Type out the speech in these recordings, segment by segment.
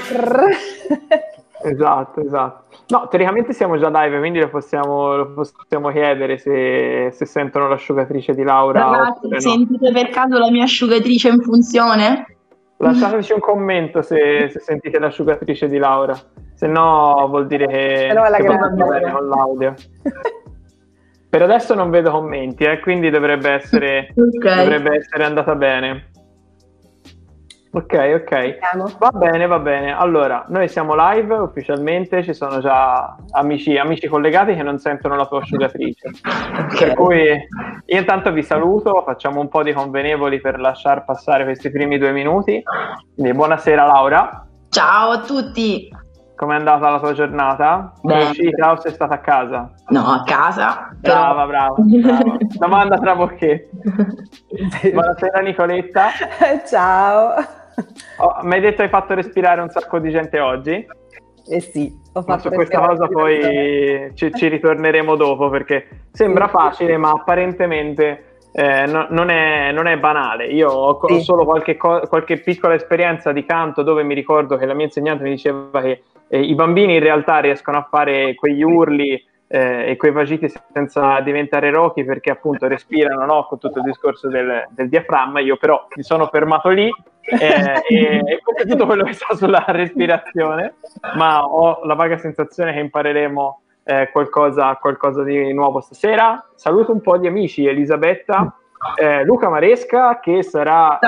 Esatto. No, teoricamente siamo già live, quindi lo possiamo chiedere se sentono l'asciugatrice di Laura. Ragazzi, no. sentite per caso la mia asciugatrice in funzione? Lasciateci un commento se sentite l'asciugatrice di Laura, se no vuol dire che va tutto bene con l'audio. Per adesso non vedo commenti, quindi dovrebbe essere andata bene. Ok. Va bene. Allora, noi siamo live ufficialmente, ci sono già amici collegati che non sentono la tua asciugatrice. Per cui io intanto vi saluto, facciamo un po' di convenevoli per lasciar passare questi primi 2 minuti. Quindi buonasera Laura. Ciao a tutti. Com'è andata la tua giornata? Sei uscita o sei stata a casa? No, a casa. Brava. Domanda tra bocchetti. Buonasera Nicoletta. Ciao. Mi hai detto hai fatto respirare un sacco di gente oggi? Sì, ho fatto. Ma su questa cosa poi ci ritorneremo dopo, perché sembra facile, ma apparentemente non è banale. Io ho solo qualche piccola esperienza di canto, dove mi ricordo che la mia insegnante mi diceva che i bambini in realtà riescono a fare quegli urli e quei vagiti senza diventare rochi, perché appunto respirano, no? Con tutto il discorso del diaframma. Io però mi sono fermato lì e tutto quello che sta sulla respirazione, ma ho la vaga sensazione che impareremo qualcosa di nuovo stasera. Saluto un po' di amici: Elisabetta, Luca Maresca, che sarà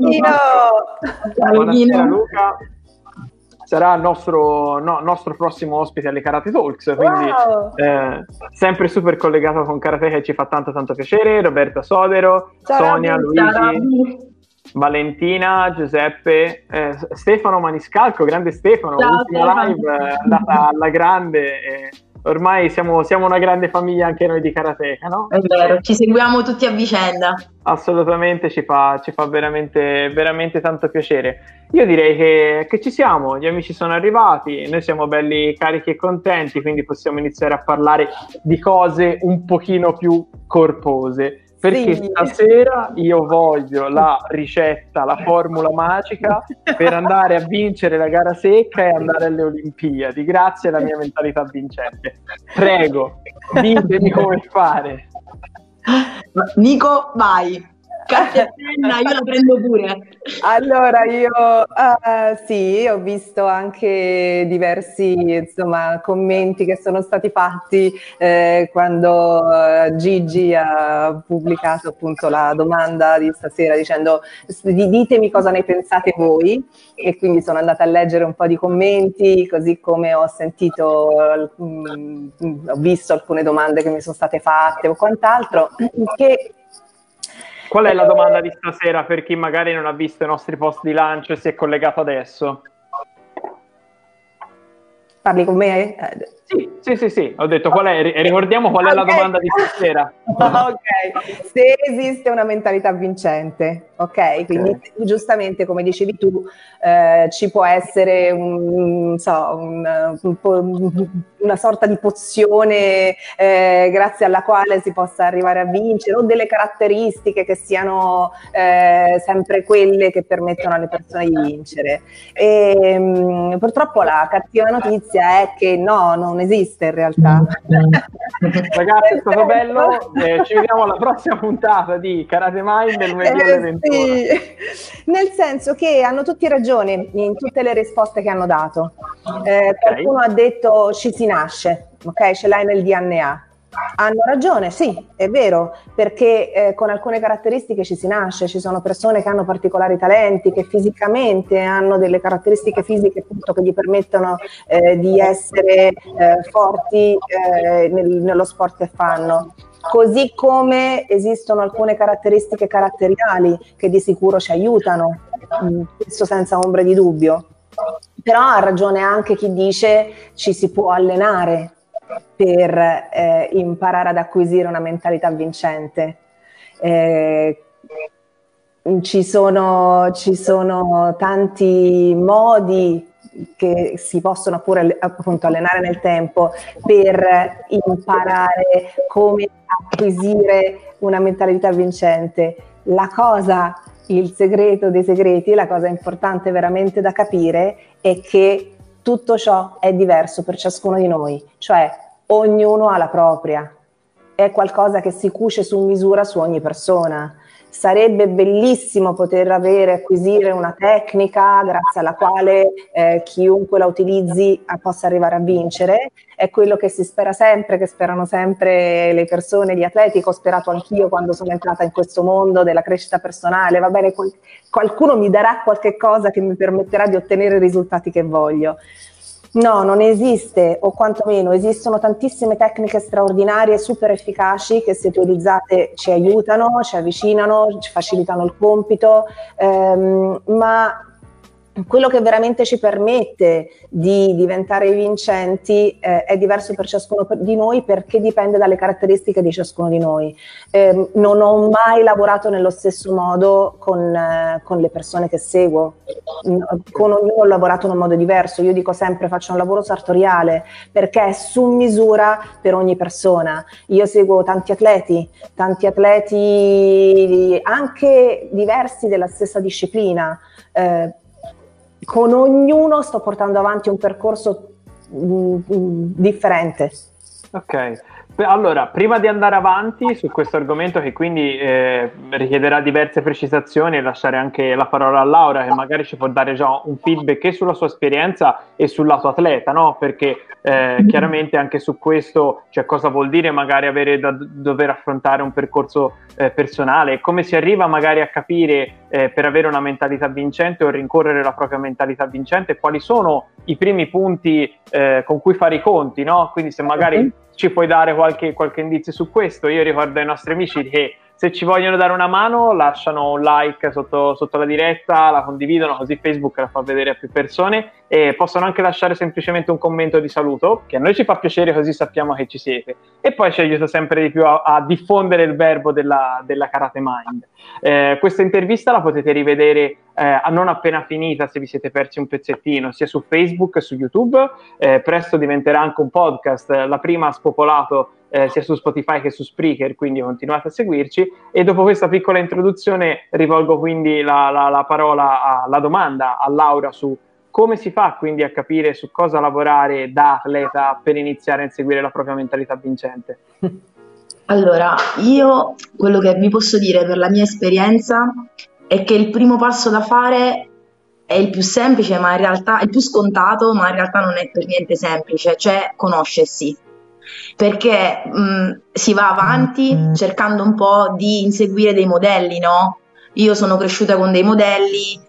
buonasera Luca, sarà il nostro prossimo ospite alle Karate Talks, quindi sempre super collegato con Karate, che ci fa tanto piacere. Roberta Sodero, Sonia, Luigi, Valentina, Giuseppe, Stefano Maniscalco, grande Stefano. L'ultima live è andata alla grande, ormai siamo una grande famiglia anche noi di Karateka, no? È vero, ci seguiamo tutti a vicenda. Assolutamente, ci fa veramente tanto piacere. Io direi che ci siamo, gli amici sono arrivati, noi siamo belli carichi e contenti, quindi possiamo iniziare a parlare di cose un pochino più corpose. Perché stasera io voglio la ricetta, la formula magica per andare a vincere la gara secca e andare alle Olimpiadi, grazie alla mia mentalità vincente. Prego, ditemi come fare. Nico, vai. Carta e penna, io la prendo pure. Allora, io ho visto anche diversi commenti che sono stati fatti quando Gigi ha pubblicato appunto la domanda di stasera, dicendo ditemi cosa ne pensate voi, e quindi sono andata a leggere un po' di commenti, così come ho visto alcune domande che mi sono state fatte o quant'altro. Qual è la domanda di stasera per chi magari non ha visto i nostri post di lancio e si è collegato adesso? Parli con me? Sì. Ho detto ricordiamo qual è la domanda di stasera. Ok, se esiste una mentalità vincente, ok? Quindi giustamente, come dicevi tu, ci può essere una sorta di pozione grazie alla quale si possa arrivare a vincere, o delle caratteristiche che siano sempre quelle che permettono alle persone di vincere. E purtroppo la cattiva notizia è che no, non esiste in realtà. Ragazzi, è stato bello, ci vediamo alla prossima puntata di Karate Mind del lunedì alle 21. Nel senso che hanno tutti ragione in tutte le risposte che hanno dato. Qualcuno ha detto ci si nasce, ok? Ce l'hai nel DNA. Hanno ragione, sì, è vero, perché con alcune caratteristiche ci si nasce. Ci sono persone che hanno particolari talenti, che fisicamente hanno delle caratteristiche fisiche appunto che gli permettono di essere forti nello sport che fanno. Così come esistono alcune caratteristiche caratteriali che di sicuro ci aiutano, questo senza ombra di dubbio. Però ha ragione anche chi dice ci si può allenare per imparare ad acquisire una mentalità vincente. Ci sono tanti modi che si possono pure appunto allenare nel tempo per imparare come acquisire una mentalità vincente. La cosa il segreto dei segreti, la cosa importante veramente da capire è che tutto ciò è diverso per ciascuno di noi, cioè ognuno ha la propria, è qualcosa che si cuce su misura su ogni persona. Sarebbe bellissimo poter acquisire una tecnica grazie alla quale chiunque la utilizzi possa arrivare a vincere. È quello che si spera sempre, che sperano sempre le persone, gli atleti, che ho sperato anch'io quando sono entrata in questo mondo della crescita personale. Va bene, qualcuno mi darà qualche cosa che mi permetterà di ottenere i risultati che voglio. No, non esiste, o quantomeno esistono tantissime tecniche straordinarie, super efficaci, che se utilizzate ci aiutano, ci avvicinano, ci facilitano il compito, ma quello che veramente ci permette di diventare vincenti è diverso per ciascuno di noi, perché dipende dalle caratteristiche di ciascuno di noi. Non ho mai lavorato nello stesso modo con le persone che seguo, con ognuno ho lavorato in un modo diverso. Io dico sempre: faccio un lavoro sartoriale, perché è su misura per ogni persona. Io seguo tanti atleti anche diversi della stessa disciplina. Con ognuno sto portando avanti un percorso differente. Ok, allora prima di andare avanti su questo argomento, che quindi richiederà diverse precisazioni, e lasciare anche la parola a Laura, che magari ci può dare già un feedback che sulla sua esperienza e sul lato atleta, no? Perché chiaramente anche su questo, cioè cosa vuol dire magari avere da dover affrontare un percorso personale, come si arriva magari a capire per avere una mentalità vincente o rincorrere la propria mentalità vincente, quali sono i primi punti con cui fare i conti, no? Quindi se magari ci puoi dare qualche indizio su questo. Io ricordo ai nostri amici che se ci vogliono dare una mano lasciano un like sotto la diretta, la condividono, così Facebook la fa vedere a più persone, e possono anche lasciare semplicemente un commento di saluto, che a noi ci fa piacere, così sappiamo che ci siete, e poi ci aiuta sempre di più a diffondere il verbo della Karate Mind. Questa intervista la potete rivedere non appena finita, se vi siete persi un pezzettino, sia su Facebook che su YouTube. Presto diventerà anche un podcast. La prima ha spopolato sia su Spotify che su Spreaker, quindi continuate a seguirci. E dopo questa piccola introduzione rivolgo quindi la parola, la domanda a Laura su come si fa quindi a capire su cosa lavorare da atleta per iniziare a inseguire la propria mentalità vincente. Allora, io quello che vi posso dire per la mia esperienza è che il primo passo da fare è il più semplice, ma in realtà il più scontato, ma in realtà non è per niente semplice, cioè conoscersi. Perché si va avanti cercando un po' di inseguire dei modelli, no? Io sono cresciuta con dei modelli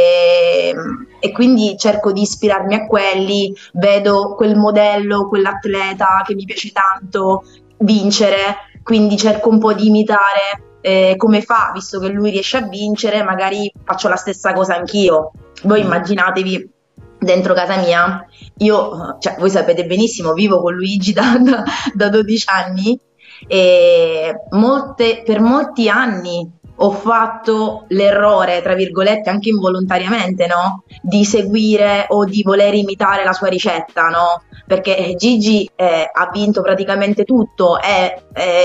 e quindi cerco di ispirarmi a quelli, vedo quel modello, quell'atleta che mi piace tanto vincere, quindi cerco un po' di imitare come fa, visto che lui riesce a vincere, magari faccio la stessa cosa anch'io. Voi immaginatevi dentro casa mia, io, cioè, voi sapete benissimo, vivo con Luigi da 12 anni e per molti anni ho fatto l'errore, tra virgolette, anche involontariamente, no? Di seguire o di voler imitare la sua ricetta, no? Perché Gigi ha vinto praticamente tutto, è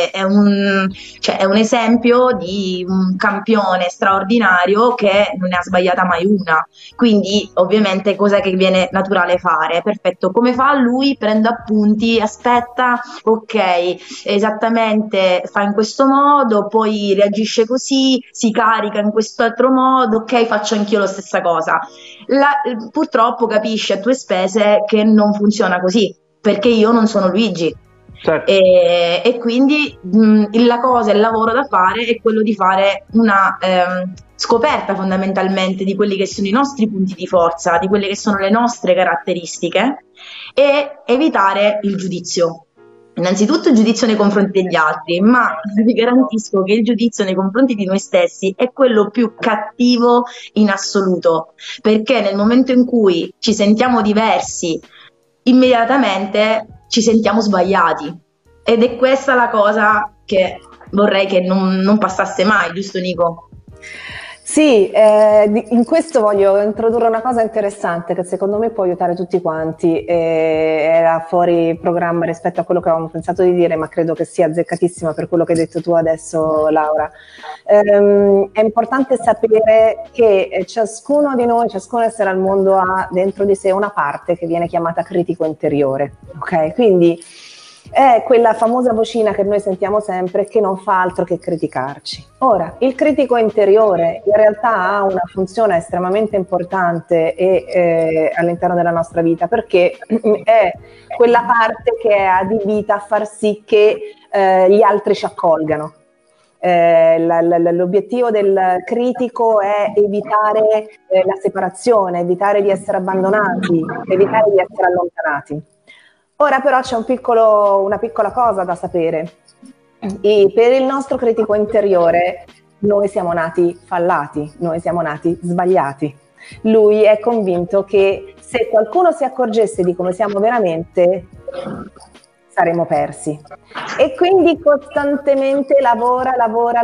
un esempio di un campione straordinario che non ne ha sbagliata mai una. Quindi ovviamente cosa che viene naturale fare? Perfetto, come fa lui? Prendo appunti, aspetta, ok, esattamente fa in questo modo, poi reagisce così, si carica in questo altro modo, ok, faccio anch'io la stessa cosa. Purtroppo capisci a tue spese che non funziona così, perché io non sono Luigi. Certo. E quindi il lavoro da fare è quello di fare una scoperta fondamentalmente di quelli che sono i nostri punti di forza, di quelle che sono le nostre caratteristiche, e evitare il giudizio. Innanzitutto il giudizio nei confronti degli altri, ma vi garantisco che il giudizio nei confronti di noi stessi è quello più cattivo in assoluto, perché nel momento in cui ci sentiamo diversi, immediatamente ci sentiamo sbagliati, ed è questa la cosa che vorrei che non passasse mai, giusto Nico? Sì, in questo voglio introdurre una cosa interessante che secondo me può aiutare tutti quanti. Era fuori programma rispetto a quello che avevamo pensato di dire, ma credo che sia azzeccatissima per quello che hai detto tu adesso, Laura. È importante sapere che ciascuno di noi, ciascun essere al mondo ha dentro di sé una parte che viene chiamata critico interiore, ok? Quindi è quella famosa vocina che noi sentiamo sempre che non fa altro che criticarci. Ora, il critico interiore in realtà ha una funzione estremamente importante all'interno della nostra vita, perché è quella parte che è adibita a far sì che gli altri ci accolgano. L'obiettivo del critico è evitare la separazione, evitare di essere abbandonati, evitare di essere allontanati. Ora però c'è una piccola cosa da sapere. E per il nostro critico interiore noi siamo nati fallati, noi siamo nati sbagliati. Lui è convinto che se qualcuno si accorgesse di come siamo veramente, saremo persi. E quindi costantemente lavora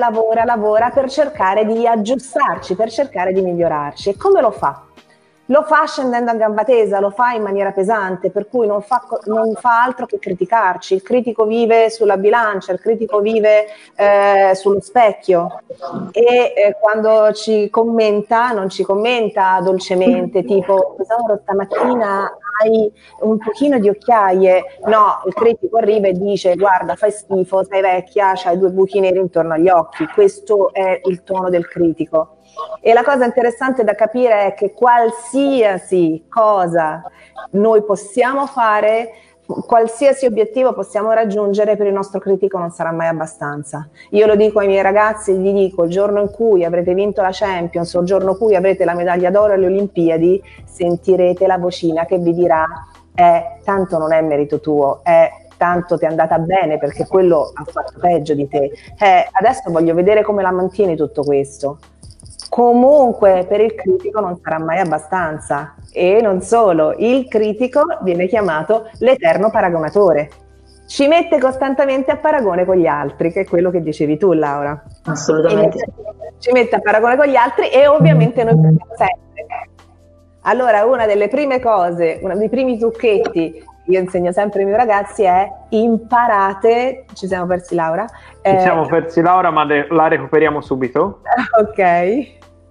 per cercare di aggiustarci, per cercare di migliorarci. E come lo fa? Lo fa scendendo a gamba tesa, lo fa in maniera pesante, per cui non fa altro che criticarci. Il critico vive sulla bilancia, il critico vive sullo specchio e quando ci commenta, non ci commenta dolcemente, tipo tesoro stamattina hai un pochino di occhiaie. No, il critico arriva e dice guarda fai schifo, sei vecchia, c'hai 2 buchi neri intorno agli occhi. Questo è il tono del critico. E la cosa interessante da capire è che qualsiasi cosa noi possiamo fare, qualsiasi obiettivo possiamo raggiungere, per il nostro critico non sarà mai abbastanza. Io lo dico ai miei ragazzi, gli dico: il giorno in cui avrete vinto la Champions o il giorno in cui avrete la medaglia d'oro alle Olimpiadi, sentirete la vocina che vi dirà tanto non è merito tuo, tanto ti è andata bene perché quello ha fatto peggio di te, adesso voglio vedere come la mantieni tutto questo. Comunque per il critico non sarà mai abbastanza, e non solo, il critico viene chiamato l'eterno paragonatore, ci mette costantemente a paragone con gli altri, che è quello che dicevi tu, Laura. Assolutamente. Ci mette a paragone con gli altri e ovviamente noi pensiamo sempre. Allora una delle prime cose, uno dei primi trucchetti io insegno sempre ai miei ragazzi è: imparate. Ci siamo persi Laura? Ci siamo persi Laura, ma la recuperiamo subito. Ok.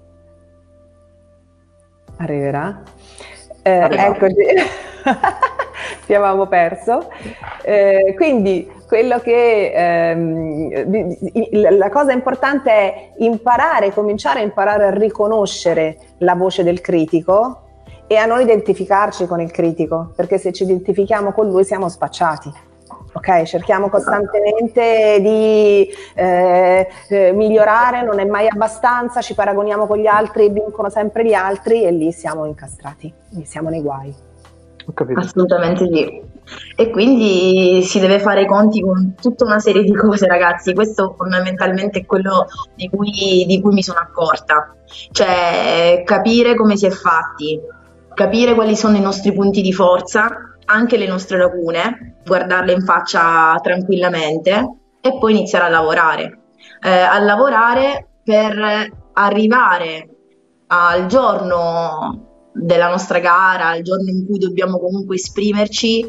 Arriverà. Eccoci. Ti avevamo perso. Quindi quello che la cosa importante è cominciare a imparare a riconoscere la voce del critico e a non identificarci con il critico, perché se ci identifichiamo con lui siamo spacciati. Ok, cerchiamo costantemente di migliorare, non è mai abbastanza, ci paragoniamo con gli altri, vincono sempre gli altri e lì siamo incastrati, lì siamo nei guai. Ho capito. Assolutamente sì. E quindi si deve fare i conti con tutta una serie di cose, ragazzi. Questo fondamentalmente è quello di cui mi sono accorta. Cioè, capire come si è fatti, capire quali sono i nostri punti di forza, anche le nostre lacune, guardarle in faccia tranquillamente e poi iniziare a lavorare per arrivare al giorno della nostra gara, al giorno in cui dobbiamo comunque esprimerci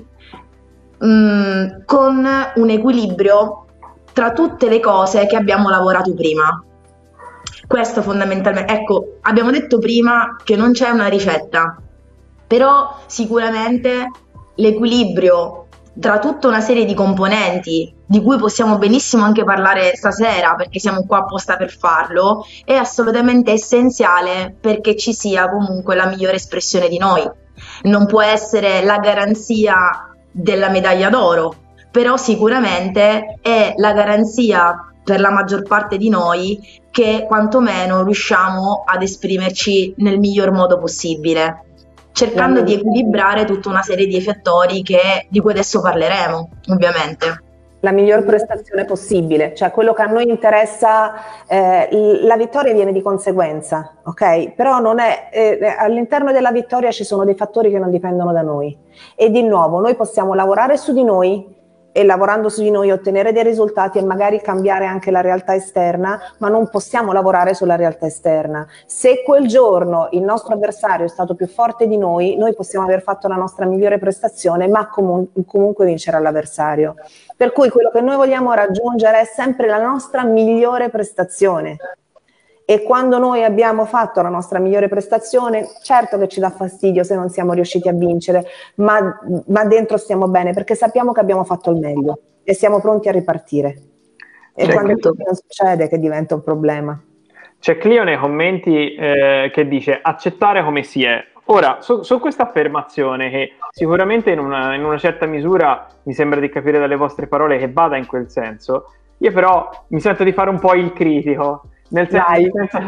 con un equilibrio tra tutte le cose che abbiamo lavorato prima. Questo fondamentalmente, ecco, abbiamo detto prima che non c'è una ricetta, però sicuramente l'equilibrio tra tutta una serie di componenti, di cui possiamo benissimo anche parlare stasera perché siamo qua apposta per farlo, è assolutamente essenziale perché ci sia comunque la migliore espressione di noi. Non può essere la garanzia della medaglia d'oro, però sicuramente è la garanzia per la maggior parte di noi che quantomeno riusciamo ad esprimerci nel miglior modo possibile, cercando di equilibrare tutta una serie di fattori di cui adesso parleremo, ovviamente. La miglior prestazione possibile, cioè quello che a noi interessa, la vittoria viene di conseguenza, ok? Però non è, all'interno della vittoria ci sono dei fattori che non dipendono da noi, e di nuovo noi possiamo lavorare su di noi e lavorando su di noi ottenere dei risultati e magari cambiare anche la realtà esterna, ma non possiamo lavorare sulla realtà esterna. Se quel giorno il nostro avversario è stato più forte di noi possiamo aver fatto la nostra migliore prestazione, ma comunque vincerà l'avversario. Per cui quello che noi vogliamo raggiungere è sempre la nostra migliore prestazione. E quando noi abbiamo fatto la nostra migliore prestazione, certo che ci dà fastidio se non siamo riusciti a vincere, ma dentro stiamo bene perché sappiamo che abbiamo fatto il meglio e siamo pronti a ripartire. E quando non succede che diventa un problema. C'è Clio nei commenti che dice accettare come si è. Ora, su questa affermazione, che sicuramente in una certa misura mi sembra di capire dalle vostre parole che vada in quel senso, io però mi sento di fare un po' il critico. Nel senso,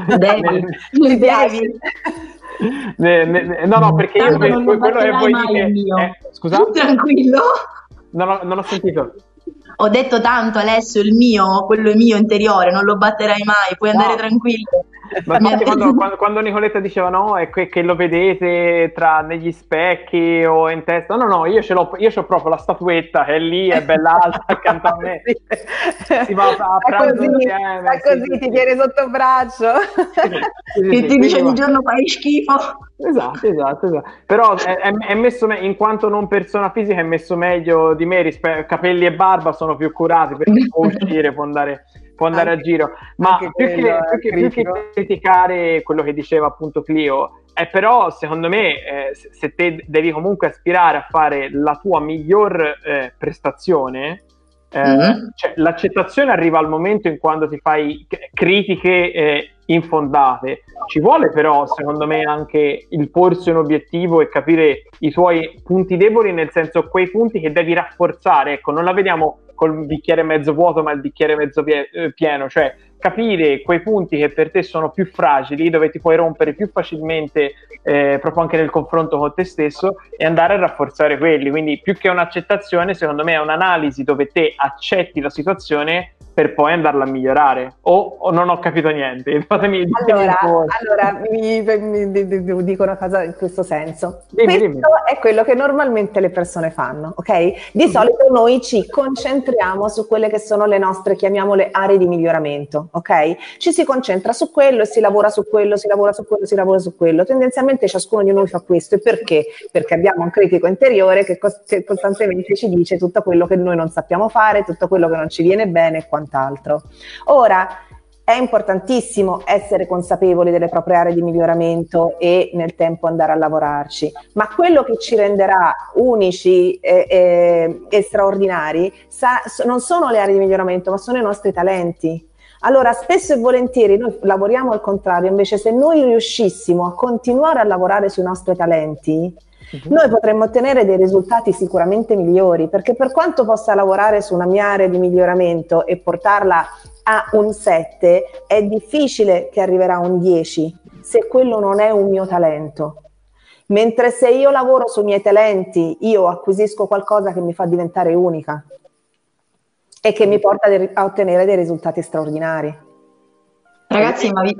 no, perché io quello che voi dite scusate? Tranquillo. Non ho sentito. Ho detto tanto, Alessio, il mio, quello è mio interiore, non lo batterai mai, puoi andare tranquillo. Ma quando Nicoletta diceva no, è che lo vedete negli specchi o in testa, no, io c'ho proprio la statuetta che è lì, è bella alta accanto a me, si va a pranzo insieme, così ti tiene sotto braccio, che ti dice di giorno fai schifo. Esatto. Però è messo in quanto non persona fisica, è messo meglio di me, capelli e barba sono più curati perché può uscire, può andare a giro, ma più che criticare quello che diceva appunto Clio, è però secondo me se te devi comunque aspirare a fare la tua miglior prestazione, cioè, l'accettazione arriva al momento in quando ti fai critiche infondate. Ci vuole però secondo me anche il porsi un obiettivo e capire i tuoi punti deboli, nel senso quei punti che devi rafforzare, ecco, non la vediamo col bicchiere mezzo vuoto ma il bicchiere mezzo pieno, cioè capire quei punti che per te sono più fragili, dove ti puoi rompere più facilmente proprio anche nel confronto con te stesso, e andare a rafforzare quelli. Quindi più che un'accettazione, secondo me è un'analisi dove te accetti la situazione per poi andarla a migliorare. O non ho capito niente? Allora mi dico una cosa in questo senso. Questo è quello che normalmente le persone fanno, ok? Di solito noi ci concentriamo su quelle che sono le nostre, chiamiamole, aree di miglioramento, ok? Ci si concentra su quello e si lavora su quello, si lavora su quello. Tendenzialmente ciascuno di noi fa questo. E perché? Perché abbiamo un critico interiore che costantemente ci dice tutto quello che noi non sappiamo fare, tutto quello che non ci viene bene e quant'altro. Ora, è importantissimo essere consapevoli delle proprie aree di miglioramento e nel tempo andare a lavorarci, ma quello che ci renderà unici e straordinari non sono le aree di miglioramento, ma sono i nostri talenti. Allora, spesso e volentieri noi lavoriamo al contrario, invece se noi riuscissimo a continuare a lavorare sui nostri talenti, noi potremmo ottenere dei risultati sicuramente migliori, perché per quanto possa lavorare su una mia area di miglioramento e portarla a un 7, è difficile che arriverà a un 10 se quello non è un mio talento. Mentre se io lavoro sui miei talenti, io acquisisco qualcosa che mi fa diventare unica e che mi porta a ottenere dei risultati straordinari. Ragazzi, ma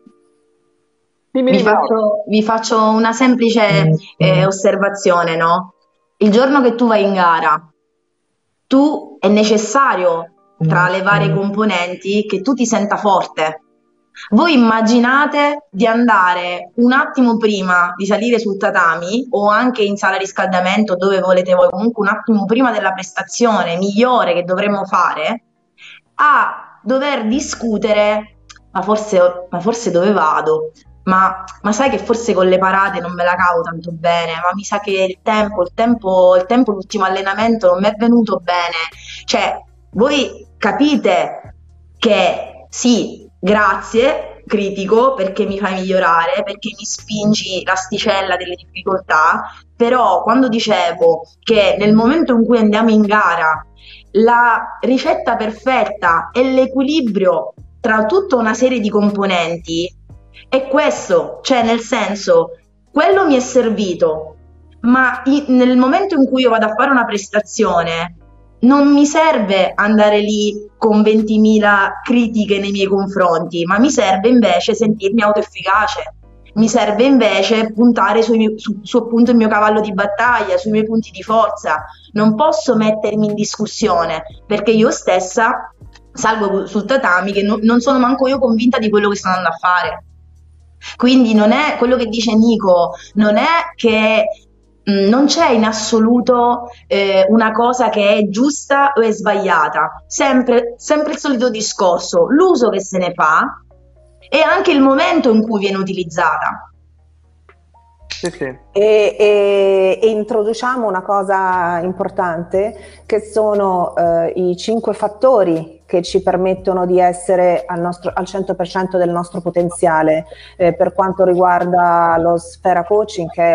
vi faccio una semplice osservazione, no? Il giorno che tu vai in gara, è necessario tra le varie componenti che tu ti senta forte. Voi immaginate di andare un attimo prima di salire sul tatami o anche in sala riscaldamento, dove volete voi, comunque un attimo prima della prestazione migliore che dovremmo fare, a dover discutere ma forse dove vado? Ma sai che forse con le parate non me la cavo tanto bene, ma mi sa che il tempo, l'ultimo allenamento non mi è venuto bene. Cioè, voi capite che sì, grazie, critico, perché mi fai migliorare, perché mi spingi l'asticella delle difficoltà, però quando dicevo che nel momento in cui andiamo in gara la ricetta perfetta è l'equilibrio tra tutta una serie di componenti, è questo, cioè nel senso, quello mi è servito, ma nel momento in cui io vado a fare una prestazione non mi serve andare lì con 20.000 critiche nei miei confronti, ma mi serve invece sentirmi autoefficace. Mi serve invece puntare su appunto il mio cavallo di battaglia, sui miei punti di forza. Non posso mettermi in discussione perché io stessa salgo sul tatami che non sono manco io convinta di quello che sto andando a fare. Quindi non è quello che dice Nico, non è che non c'è in assoluto una cosa che è giusta o è sbagliata, sempre il solito discorso, l'uso che se ne fa e anche il momento in cui viene utilizzata. Sì, sì. E introduciamo una cosa importante che sono i 5 fattori che ci permettono di essere al 100% del nostro potenziale per quanto riguarda lo Sfera Coaching, che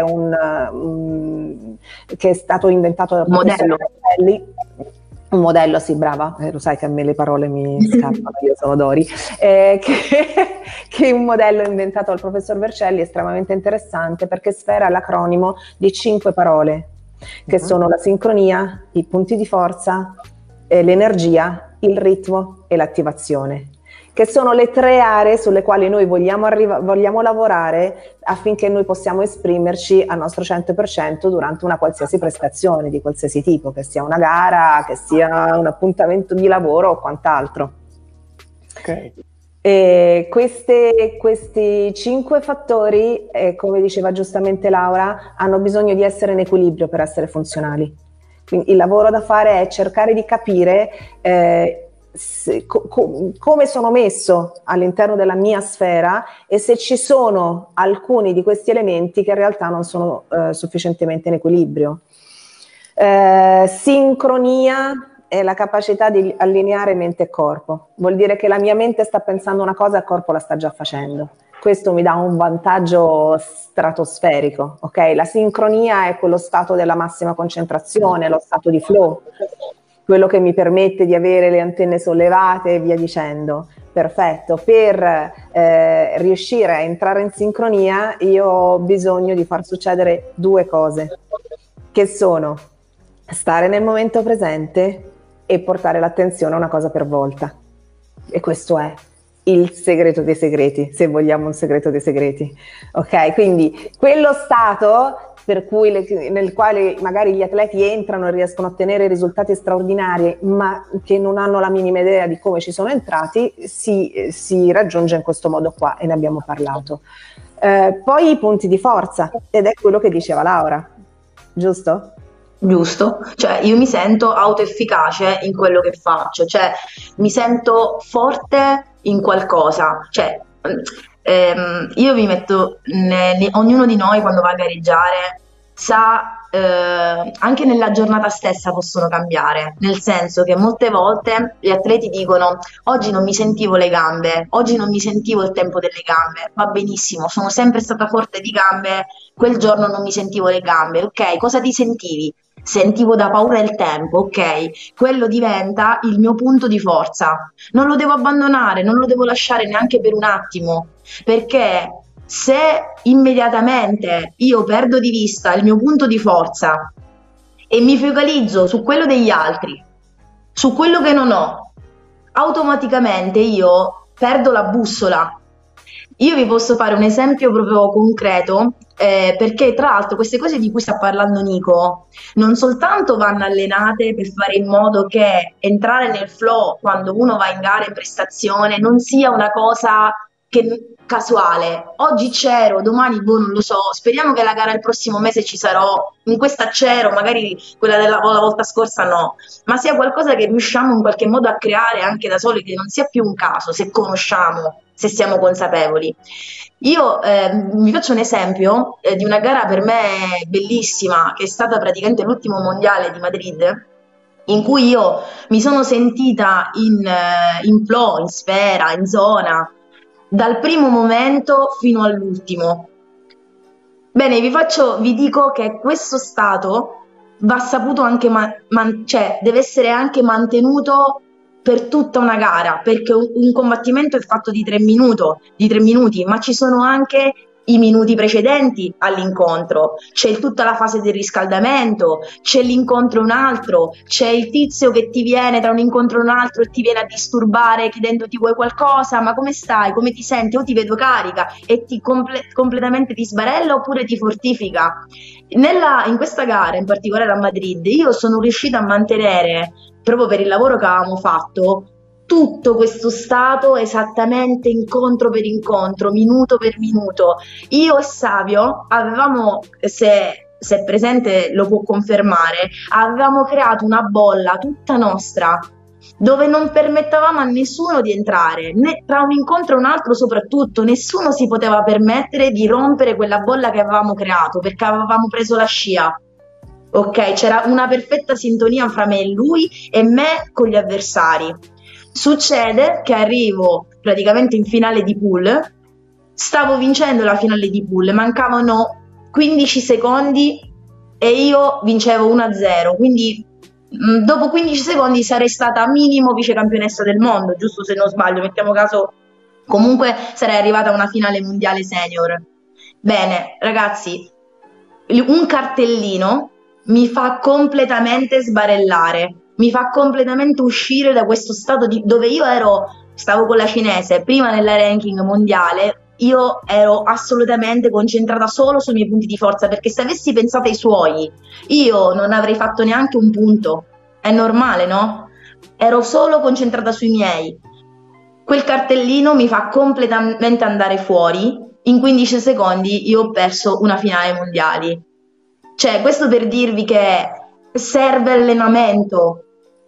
è, che è stato inventato da Modello. Un modello, sì, brava, lo sai che a me le parole mi scappano, io sono Dori, che è un modello inventato dal professor Vercelli, estremamente interessante perché Sfera è l'acronimo di 5 parole, che sono la sincronia, i punti di forza, l'energia, il ritmo e l'attivazione, che sono le 3 aree sulle quali noi vogliamo lavorare affinché noi possiamo esprimerci al nostro 100% durante una qualsiasi prestazione di qualsiasi tipo, che sia una gara, che sia un appuntamento di lavoro o quant'altro. Ok. E questi 5 fattori, come diceva giustamente Laura, hanno bisogno di essere in equilibrio per essere funzionali. Quindi il lavoro da fare è cercare di capire come sono messo all'interno della mia sfera e se ci sono alcuni di questi elementi che in realtà non sono sufficientemente in equilibrio. Sincronia è la capacità di allineare mente e corpo. Vuol dire che la mia mente sta pensando una cosa e il corpo la sta già facendo. Questo mi dà un vantaggio stratosferico, ok? La sincronia è quello stato della massima concentrazione, lo stato di flow, quello che mi permette di avere le antenne sollevate e via dicendo. Perfetto, per riuscire a entrare in sincronia io ho bisogno di far succedere 2 cose, che sono stare nel momento presente e portare l'attenzione a una cosa per volta. E questo è il segreto dei segreti, se vogliamo un segreto dei segreti. Ok, quindi quello stato per cui nel quale magari gli atleti entrano e riescono a ottenere risultati straordinari, ma che non hanno la minima idea di come ci sono entrati, si raggiunge in questo modo qua, e ne abbiamo parlato. Poi i punti di forza, ed è quello che diceva Laura, giusto? Giusto, cioè io mi sento autoefficace in quello che faccio, cioè mi sento forte in qualcosa, cioè io vi metto, ognuno di noi quando va a gareggiare sa, anche nella giornata stessa possono cambiare, nel senso che molte volte gli atleti dicono oggi non mi sentivo le gambe, oggi non mi sentivo il tempo delle gambe, va benissimo, sono sempre stata forte di gambe, quel giorno non mi sentivo le gambe, ok, cosa ti sentivi? Sentivo da paura il tempo, ok? Quello diventa il mio punto di forza. Non lo devo abbandonare, non lo devo lasciare neanche per un attimo, perché se immediatamente io perdo di vista il mio punto di forza e mi focalizzo su quello degli altri, su quello che non ho, automaticamente io perdo la bussola. Io vi posso fare un esempio proprio concreto, perché tra l'altro queste cose di cui sta parlando Nico non soltanto vanno allenate per fare in modo che entrare nel flow quando uno va in gara in prestazione non sia una cosa casuale. Oggi c'ero, domani boh, non lo so, speriamo che la gara il prossimo mese ci sarò, in questa c'ero, magari quella della volta scorsa no, ma sia qualcosa che riusciamo in qualche modo a creare anche da soli, che non sia più un caso, se conosciamo, se siamo consapevoli. Io vi faccio un esempio di una gara per me bellissima, che è stata praticamente l'ultimo mondiale di Madrid, in cui io mi sono sentita in flow, in sfera, in zona, dal primo momento fino all'ultimo. Bene, vi dico che questo stato va saputo anche, cioè deve essere anche mantenuto per tutta una gara, perché un combattimento è fatto di 3 minuti, ma ci sono anche i minuti precedenti all'incontro, c'è tutta la fase del riscaldamento, c'è l'incontro un altro, c'è il tizio che ti viene tra un incontro e un altro e ti viene a disturbare chiedendoti vuoi qualcosa, ma come stai, come ti senti, o ti vedo carica e ti completamente ti sbarella oppure ti fortifica. In questa gara, in particolare a Madrid, io sono riuscita a mantenere, proprio per il lavoro che avevamo fatto, tutto questo stato esattamente incontro per incontro, minuto per minuto. Io e Savio avevamo, se è presente lo può confermare, avevamo creato una bolla tutta nostra dove non permettevamo a nessuno di entrare, né tra un incontro e un altro soprattutto, nessuno si poteva permettere di rompere quella bolla che avevamo creato perché avevamo preso la scia. Ok, c'era una perfetta sintonia fra me e lui e me con gli avversari. Succede che arrivo praticamente in finale di pool, stavo vincendo la finale di pool, mancavano 15 secondi e io vincevo 1-0, quindi dopo 15 secondi sarei stata minimo vicecampionessa del mondo, giusto se non sbaglio, mettiamo caso, comunque sarei arrivata a una finale mondiale senior. Bene, ragazzi, un cartellino mi fa completamente sbarellare, mi fa completamente uscire da questo stato dove io stavo con la cinese prima nella ranking mondiale. Io ero assolutamente concentrata solo sui miei punti di forza, perché se avessi pensato ai suoi io non avrei fatto neanche un punto, è normale, no? Ero solo concentrata sui miei. Quel cartellino mi fa completamente andare fuori, in 15 secondi io ho perso una finale mondiali. Cioè, questo per dirvi che serve allenamento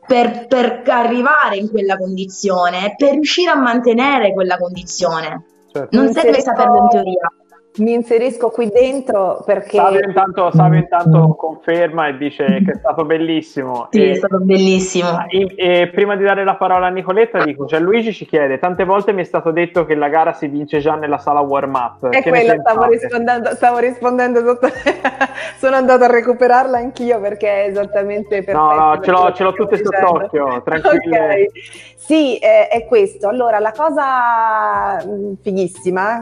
per arrivare in quella condizione, per riuscire a mantenere quella condizione. Certo. Non serve saperlo in teoria. Mi inserisco qui dentro perché Savio intanto conferma e dice che è stato bellissimo. Sì, è stato bellissimo. E prima di dare la parola a Nicoletta dico, Gianluigi ci chiede: tante volte mi è stato detto che la gara si vince già nella sala warm up. È quello, stavo rispondendo sotto. Sono andata a recuperarla anch'io perché è esattamente perfetto. No, ce l'ho tutte sott'occhio, tranquille. Okay. Sì, è questo. Allora, la cosa fighissima,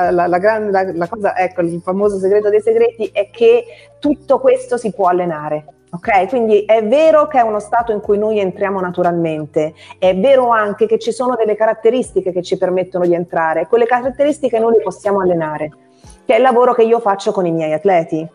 la cosa, ecco, il famoso segreto dei segreti è che tutto questo si può allenare. Ok, quindi è vero che è uno stato in cui noi entriamo naturalmente, è vero anche che ci sono delle caratteristiche che ci permettono di entrare, quelle caratteristiche noi le possiamo allenare, che è il lavoro che io faccio con i miei atleti.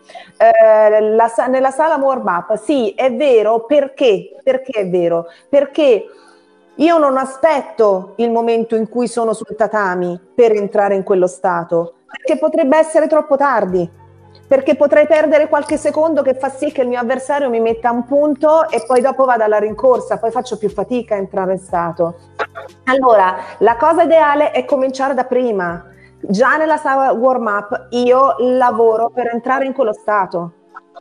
Nella sala warm up, sì, è vero, perché è vero? Perché io non aspetto il momento in cui sono sul tatami per entrare in quello stato, perché potrebbe essere troppo tardi, perché potrei perdere qualche secondo che fa sì che il mio avversario mi metta un punto e poi dopo vado alla rincorsa, poi faccio più fatica a entrare in stato. Allora, la cosa ideale è cominciare da prima. Già nella sala warm up io lavoro per entrare in quello stato.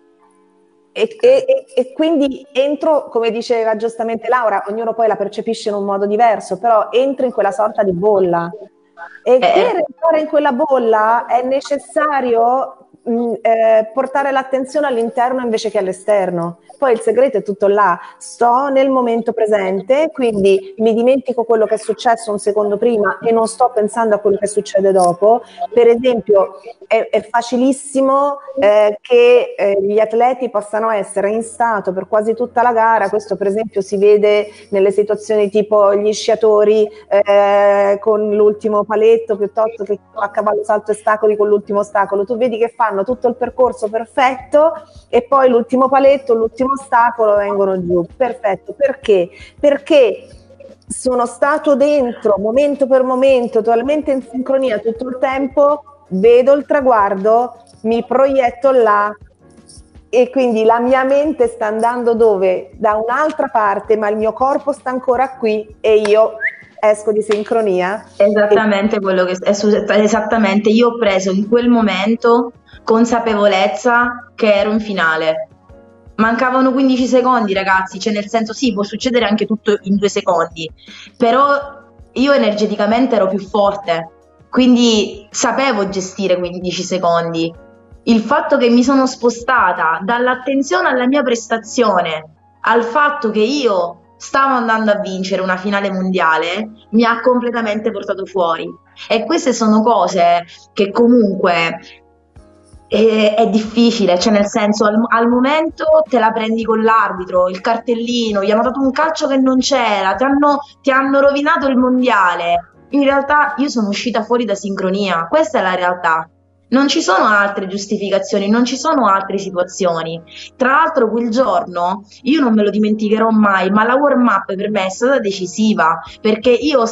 E quindi entro, come diceva giustamente Laura, ognuno poi la percepisce in un modo diverso, però entro in quella sorta di bolla e per entrare in quella bolla è necessario portare l'attenzione all'interno invece che all'esterno. Poi il segreto è tutto là, sto nel momento presente, quindi mi dimentico quello che è successo un secondo prima e non sto pensando a quello che succede dopo. Per esempio è facilissimo che gli atleti possano essere in stato per quasi tutta la gara. Questo per esempio si vede nelle situazioni tipo gli sciatori con l'ultimo paletto piuttosto che a cavallo salto ostacoli con l'ultimo ostacolo. Tu vedi che fanno tutto il percorso perfetto e poi l'ultimo paletto, l'ultimo ostacolo vengono giù. Perfetto. Perché? Perché sono stato dentro momento per momento, totalmente in sincronia tutto il tempo, vedo il traguardo, mi proietto là e quindi la mia mente sta andando dove? Da un'altra parte, ma il mio corpo sta ancora qui e io esco di sincronia. Esattamente quello che esattamente io ho preso in quel momento consapevolezza che ero in finale. Mancavano 15 secondi, ragazzi, cioè nel senso sì, può succedere anche tutto in 2 secondi, però io energeticamente ero più forte, quindi sapevo gestire 15 secondi. Il fatto che mi sono spostata dall'attenzione alla mia prestazione al fatto che io stavo andando a vincere una finale mondiale, mi ha completamente portato fuori. E queste sono cose che comunque è difficile, cioè nel senso al momento te la prendi con l'arbitro, il cartellino, gli hanno dato un calcio che non c'era, ti hanno rovinato il mondiale. In realtà io sono uscita fuori da sincronia, questa è la realtà. Non ci sono altre giustificazioni, non ci sono altre situazioni. Tra l'altro quel giorno io non me lo dimenticherò mai, ma la warm-up per me è stata decisiva perché io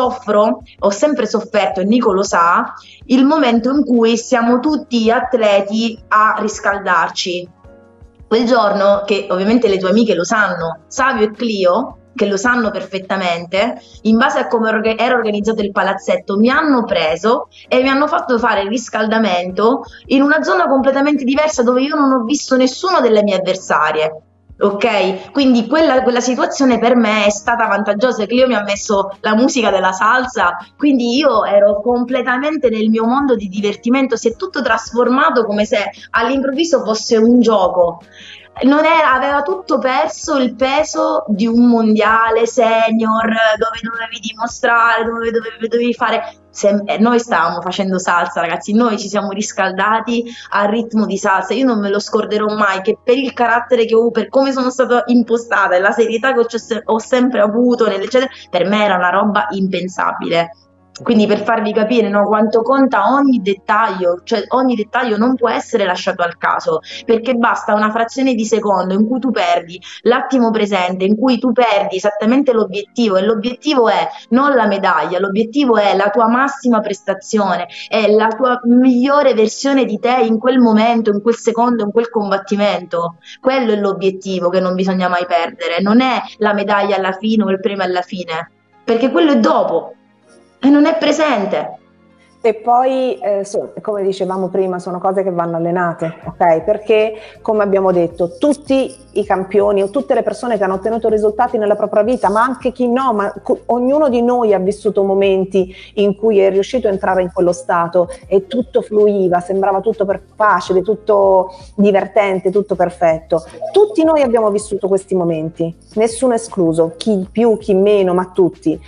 ho sempre sofferto, e Nico lo sa, il momento in cui siamo tutti atleti a riscaldarci. Quel giorno, che ovviamente le tue amiche lo sanno, Savio e Clio, che lo sanno perfettamente, in base a come era organizzato il palazzetto, mi hanno preso e mi hanno fatto fare il riscaldamento in una zona completamente diversa dove io non ho visto nessuno delle mie avversarie. Ok, quindi quella situazione per me è stata vantaggiosa. Clio mi ha messo la musica della salsa, quindi io ero completamente nel mio mondo di divertimento. Si è tutto trasformato come se all'improvviso fosse un gioco. Non era, aveva tutto perso il peso di un mondiale senior dove dovevi dimostrare, dove dovevi fare. Noi stavamo facendo salsa, ragazzi, noi ci siamo riscaldati al ritmo di salsa. Io non me lo scorderò mai che per il carattere che ho, per come sono stata impostata e la serietà che ho sempre avuto, per me era una roba impensabile. Quindi per farvi capire, no, quanto conta ogni dettaglio, cioè ogni dettaglio non può essere lasciato al caso, perché basta una frazione di secondo in cui tu perdi l'attimo presente, in cui tu perdi esattamente l'obiettivo, e l'obiettivo è non la medaglia, l'obiettivo è la tua massima prestazione, è la tua migliore versione di te in quel momento, in quel secondo, in quel combattimento. Quello è l'obiettivo che non bisogna mai perdere, non è la medaglia alla fine o il premio alla fine, perché quello è dopo. E non è presente. E poi, come dicevamo prima, sono cose che vanno allenate, ok? Perché, come abbiamo detto, tutti i campioni o tutte le persone che hanno ottenuto risultati nella propria vita, ma anche chi no, ma ognuno di noi ha vissuto momenti in cui è riuscito a entrare in quello stato e tutto fluiva, sembrava tutto facile, tutto divertente, tutto perfetto. Tutti noi abbiamo vissuto questi momenti, nessuno escluso, chi più, chi meno, ma tutti.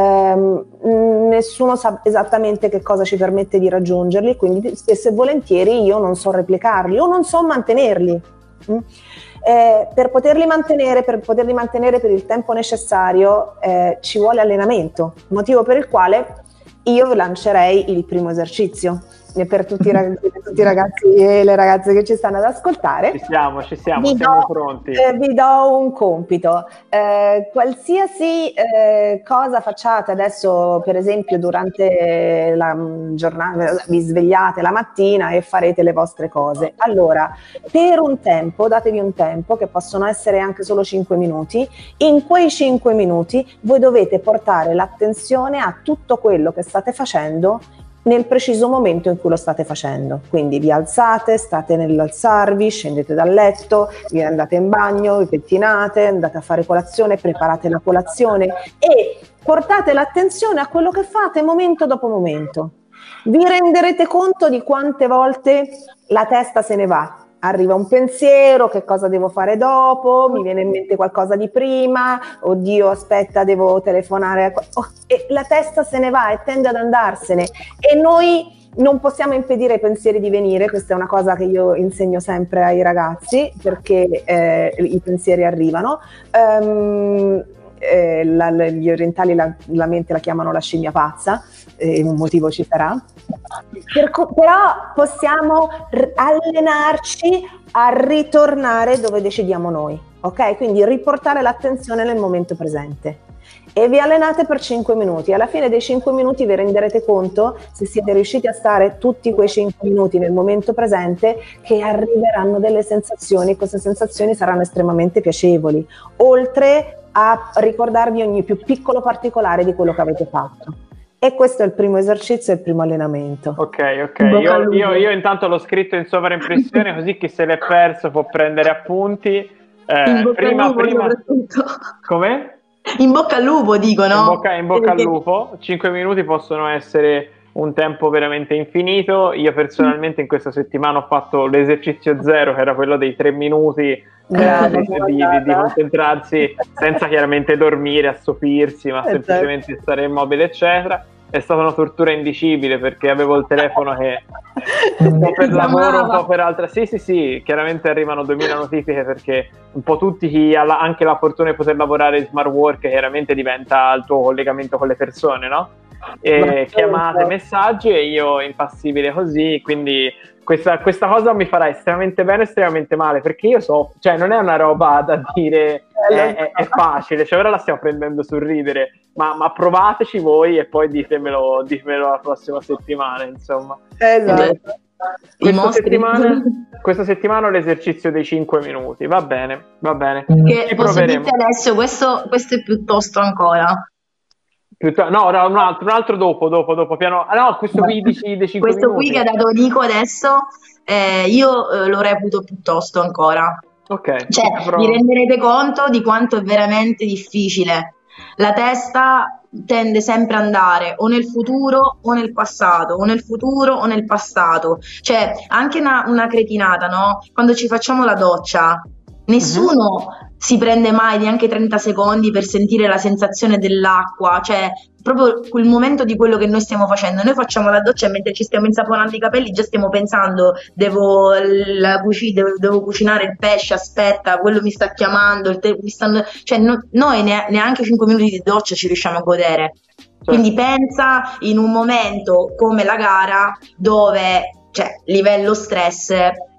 Nessuno sa esattamente che cosa ci permette di raggiungerli, quindi spesso e volentieri io non so replicarli o non so mantenerli. Per poterli mantenere per il tempo necessario ci vuole allenamento, motivo per il quale io lancerei il primo esercizio. E per tutti i ragazzi e le ragazze che ci stanno ad ascoltare, siamo pronti. Vi do un compito. Qualsiasi cosa facciate adesso, per esempio durante la giornata, vi svegliate la mattina e farete le vostre cose. Allora, per un tempo, datevi un tempo, che possono essere anche solo 5 minuti. In quei 5 minuti voi dovete portare l'attenzione a tutto quello che state facendo nel preciso momento in cui lo state facendo. Quindi vi alzate, state nell'alzarvi, scendete dal letto, vi andate in bagno, vi pettinate, andate a fare colazione, preparate la colazione e portate l'attenzione a quello che fate momento dopo momento. Vi renderete conto di quante volte la testa se ne va. Arriva un pensiero, che cosa devo fare dopo, mi viene in mente qualcosa di prima, oddio aspetta devo telefonare, e la testa se ne va e tende ad andarsene e noi non possiamo impedire ai pensieri di venire. Questa è una cosa che io insegno sempre ai ragazzi, perché i pensieri arrivano. Gli orientali la mente la chiamano la scimmia pazza, un motivo ci sarà. Però possiamo allenarci a ritornare dove decidiamo noi, ok? Quindi riportare l'attenzione nel momento presente. E vi allenate per 5 minuti. Alla fine dei 5 minuti vi renderete conto, se siete riusciti a stare tutti quei 5 minuti nel momento presente, che arriveranno delle sensazioni. Queste sensazioni saranno estremamente piacevoli, oltre a ricordarvi ogni più piccolo particolare di quello che avete fatto. E questo è il primo esercizio e il primo allenamento. Ok. Io intanto l'ho scritto in sovraimpressione, così chi se l'è perso può prendere appunti. Prima. Come? In bocca al lupo, dico, no? In bocca al lupo. 5 minuti possono essere un tempo veramente infinito. Io personalmente in questa settimana ho fatto l'esercizio zero, che era quello dei 3 minuti di concentrarsi senza chiaramente dormire, assopirsi, ma semplicemente stare immobile, eccetera. È stata una tortura indicibile perché avevo il telefono che un po' per lavoro, un po' per altra. Sì, chiaramente arrivano 2000 notifiche perché un po' tutti chi ha anche la fortuna di poter lavorare in smart work chiaramente diventa il tuo collegamento con le persone, no? E chiamate, messaggi, e io impassibile così, quindi questa cosa mi farà estremamente bene, estremamente male, perché io so, cioè non è una roba da dire è facile, cioè ora la stiamo prendendo sul ridere, ma provateci voi e poi ditemelo la prossima settimana, insomma. Esatto. Questa settimana ho l'esercizio dei 5 minuti, va bene. Che posso dirti adesso, questo è piuttosto ancora. No, un altro dopo piano. No, questo qui dei 5 questo minuti. Qui che ha dato Nico adesso, io lo reputo piuttosto ancora. Ok. Cioè, vi renderete conto di quanto è veramente difficile. La testa tende sempre ad andare o nel futuro o nel passato, o nel futuro o nel passato. Cioè, anche una cretinata, no? Quando ci facciamo la doccia, nessuno si prende mai neanche 30 secondi per sentire la sensazione dell'acqua, cioè proprio quel momento di quello che noi stiamo facendo. Noi facciamo la doccia e mentre ci stiamo insaponando i capelli già stiamo pensando devo cucinare il pesce, aspetta, quello mi sta chiamando, cioè noi neanche 5 minuti di doccia ci riusciamo a godere. Quindi pensa in un momento come la gara dove, cioè, livello stress,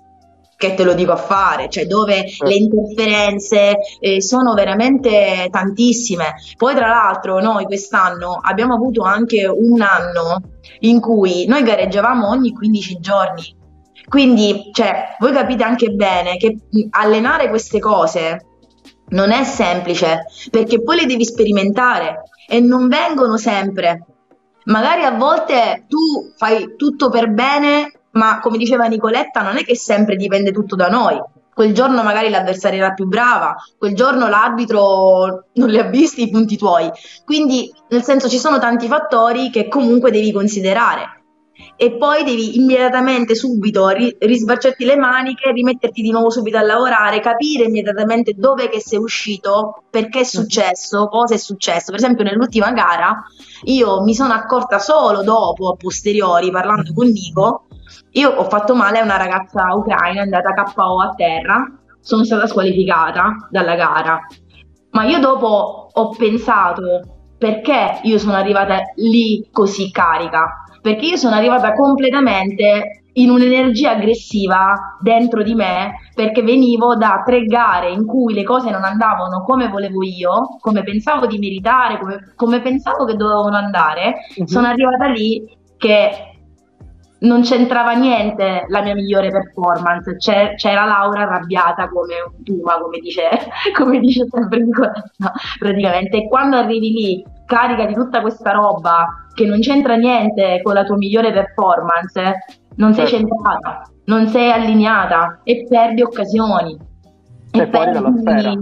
che te lo dico a fare, cioè dove le interferenze sono veramente tantissime. Poi tra l'altro noi quest'anno abbiamo avuto anche un anno in cui noi gareggiavamo ogni 15 giorni, quindi cioè, voi capite anche bene che allenare queste cose non è semplice, perché poi le devi sperimentare e non vengono sempre. Magari a volte tu fai tutto per bene, ma come diceva Nicoletta, non è che sempre dipende tutto da noi. Quel giorno magari l'avversaria era più brava, quel giorno l'arbitro non li ha visti i punti tuoi. Quindi, nel senso, ci sono tanti fattori che comunque devi considerare. E poi devi immediatamente, subito, risbacciarti le maniche, rimetterti di nuovo subito a lavorare, capire immediatamente dove che sei uscito, perché è successo, cosa è successo. Per esempio nell'ultima gara io mi sono accorta solo dopo, a posteriori, parlando con Nico. Io ho fatto male a una ragazza ucraina, è andata KO a terra, sono stata squalificata dalla gara, ma io dopo ho pensato perché io sono arrivata lì così carica, perché io sono arrivata completamente in un'energia aggressiva dentro di me, perché venivo da 3 gare in cui le cose non andavano come volevo io, come pensavo di meritare, come pensavo che dovevano andare. Sono arrivata lì che non c'entrava niente la mia migliore performance, c'era Laura arrabbiata come un puma, come dice sempre Nicoletta, praticamente. E quando arrivi lì carica di tutta questa roba che non c'entra niente con la tua migliore performance, non sei centrata, non sei allineata e perdi occasioni. Sei fuori dalla sfera.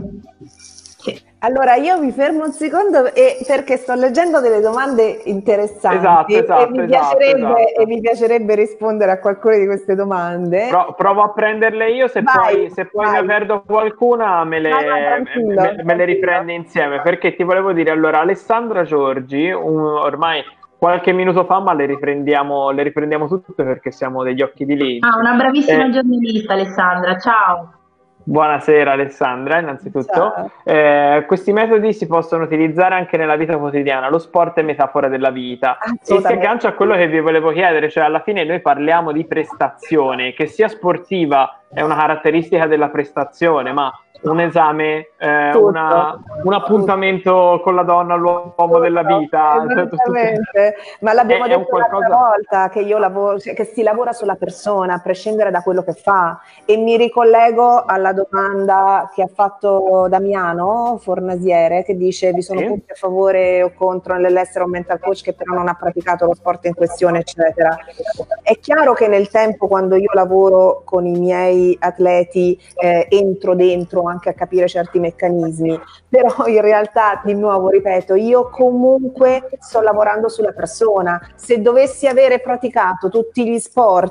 Allora io mi fermo un secondo perché sto leggendo delle domande interessanti. Esatto, e mi piacerebbe rispondere a qualcuna di queste domande. Provo a prenderle io, se poi ne perdo qualcuna me le riprende insieme, perché ti volevo dire, allora, Alessandra Giorgi, ormai qualche minuto fa, ma le riprendiamo tutte perché siamo degli occhi di legge. Una bravissima giornalista, Alessandra, ciao. Buonasera Alessandra, innanzitutto. Questi metodi si possono utilizzare anche nella vita quotidiana, lo sport è metafora della vita. E si aggancia a quello che vi volevo chiedere, cioè alla fine noi parliamo di prestazione, che sia sportiva è una caratteristica della prestazione, ma un esame, un appuntamento con la donna, l'uomo della vita. Esattamente. Ma l'abbiamo detto l'altra volta che che si lavora sulla persona a prescindere da quello che fa, e mi ricollego alla domanda che ha fatto Damiano Fornasiere, che dice: vi sono punti a favore o contro nell'essere un mental coach che però non ha praticato lo sport in questione, eccetera. È chiaro che nel tempo, quando io lavoro con i miei atleti, entro dentro anche a capire certi meccanismi, però in realtà, di nuovo, ripeto, io comunque sto lavorando sulla persona. Se dovessi avere praticato tutti gli sport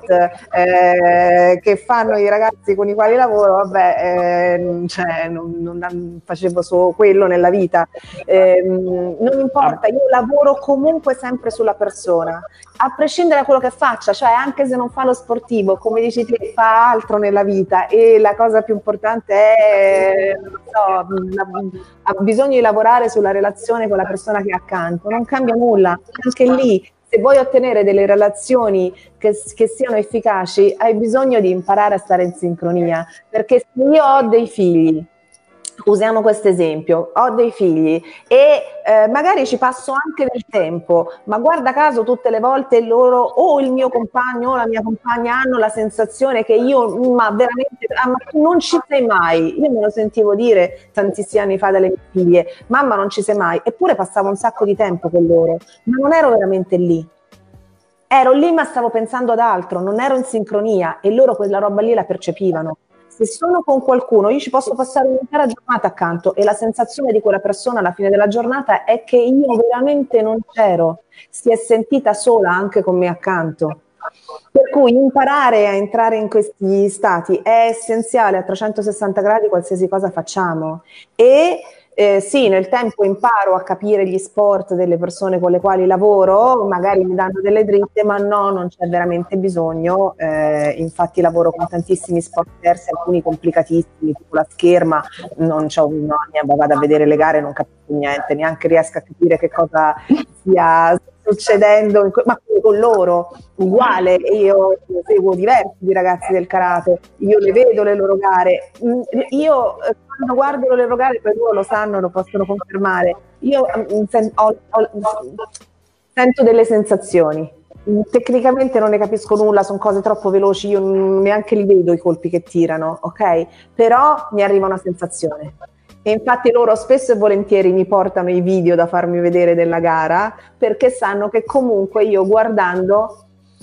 che fanno i ragazzi con i quali lavoro, vabbè, cioè, non facevo solo quello nella vita. Non importa, io lavoro comunque sempre sulla persona, a prescindere da quello che faccia, cioè anche se non fa lo sportivo, come dici te, fa altro nella vita, e la cosa più importante è, non so, ha bisogno di lavorare sulla relazione con la persona che ha accanto, non cambia nulla, anche lì. Se vuoi ottenere delle relazioni che siano efficaci, hai bisogno di imparare a stare in sincronia, perché se io ho dei figli, usiamo questo esempio, ho dei figli e magari ci passo anche del tempo, ma guarda caso tutte le volte loro o il mio compagno o la mia compagna hanno la sensazione che io, ma veramente, ma tu non ci sei mai. Io me lo sentivo dire tantissimi anni fa dalle mie figlie, mamma non ci sei mai, eppure passavo un sacco di tempo con loro, ma non ero veramente lì. Ero lì ma stavo pensando ad altro, non ero in sincronia, e loro quella roba lì la percepivano. Se sono con qualcuno, io ci posso passare un'intera giornata accanto e la sensazione di quella persona alla fine della giornata è che io veramente non c'ero, si è sentita sola anche con me accanto. Per cui imparare a entrare in questi stati è essenziale a 360 gradi qualsiasi cosa facciamo. E sì, nel tempo imparo a capire gli sport delle persone con le quali lavoro, magari mi danno delle dritte, ma no, non c'è veramente bisogno. Infatti lavoro con tantissimi sport diversi, alcuni complicatissimi, tipo la scherma, non c'ho un'ognia, vado a vedere le gare e non capisco niente, neanche riesco a capire che cosa sia succedendo, ma con loro uguale. Io seguo diversi di ragazzi del karate, io le vedo le loro gare, io quando guardo le loro gare, poi loro lo sanno, lo possono confermare, io sento delle sensazioni, tecnicamente non ne capisco nulla, sono cose troppo veloci, io neanche li vedo i colpi che tirano, ok? Però mi arriva una sensazione. E infatti loro spesso e volentieri mi portano i video da farmi vedere della gara, perché sanno che comunque io guardando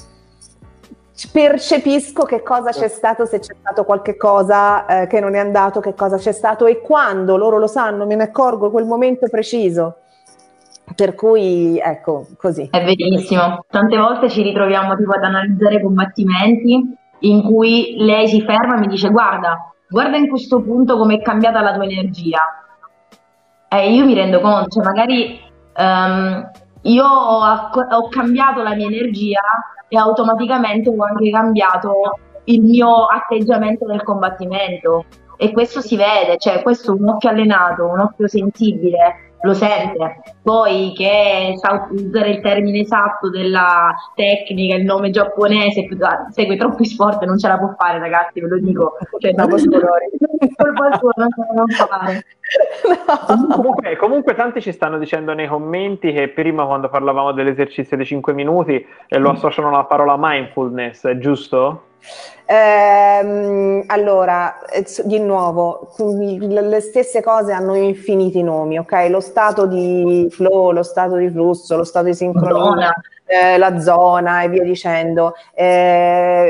percepisco che cosa c'è stato, se c'è stato qualche cosa che non è andato, che cosa c'è stato, e quando loro lo sanno me ne accorgo quel momento preciso. Per cui ecco, così. È verissimo. Tante volte ci ritroviamo tipo ad analizzare combattimenti in cui lei si ferma e mi dice guarda in questo punto com'è cambiata la tua energia. E io mi rendo conto, cioè magari io ho cambiato la mia energia e automaticamente ho anche cambiato il mio atteggiamento nel combattimento. E questo si vede, cioè questo un occhio allenato, un occhio sensibile lo sente. Poi che sa usare il termine esatto della tecnica, il nome giapponese, segue troppi sport e non ce la può fare, ragazzi, ve lo dico. Cioè, dopo scolori. Non fare. No. Comunque tanti ci stanno dicendo nei commenti che prima, quando parlavamo dell'esercizio dei 5 minuti, lo associano alla parola mindfulness, è giusto? Allora, di nuovo, le stesse cose hanno infiniti nomi, ok? Lo stato di flow, lo stato di flusso, lo stato di sincronia, la zona e via dicendo. È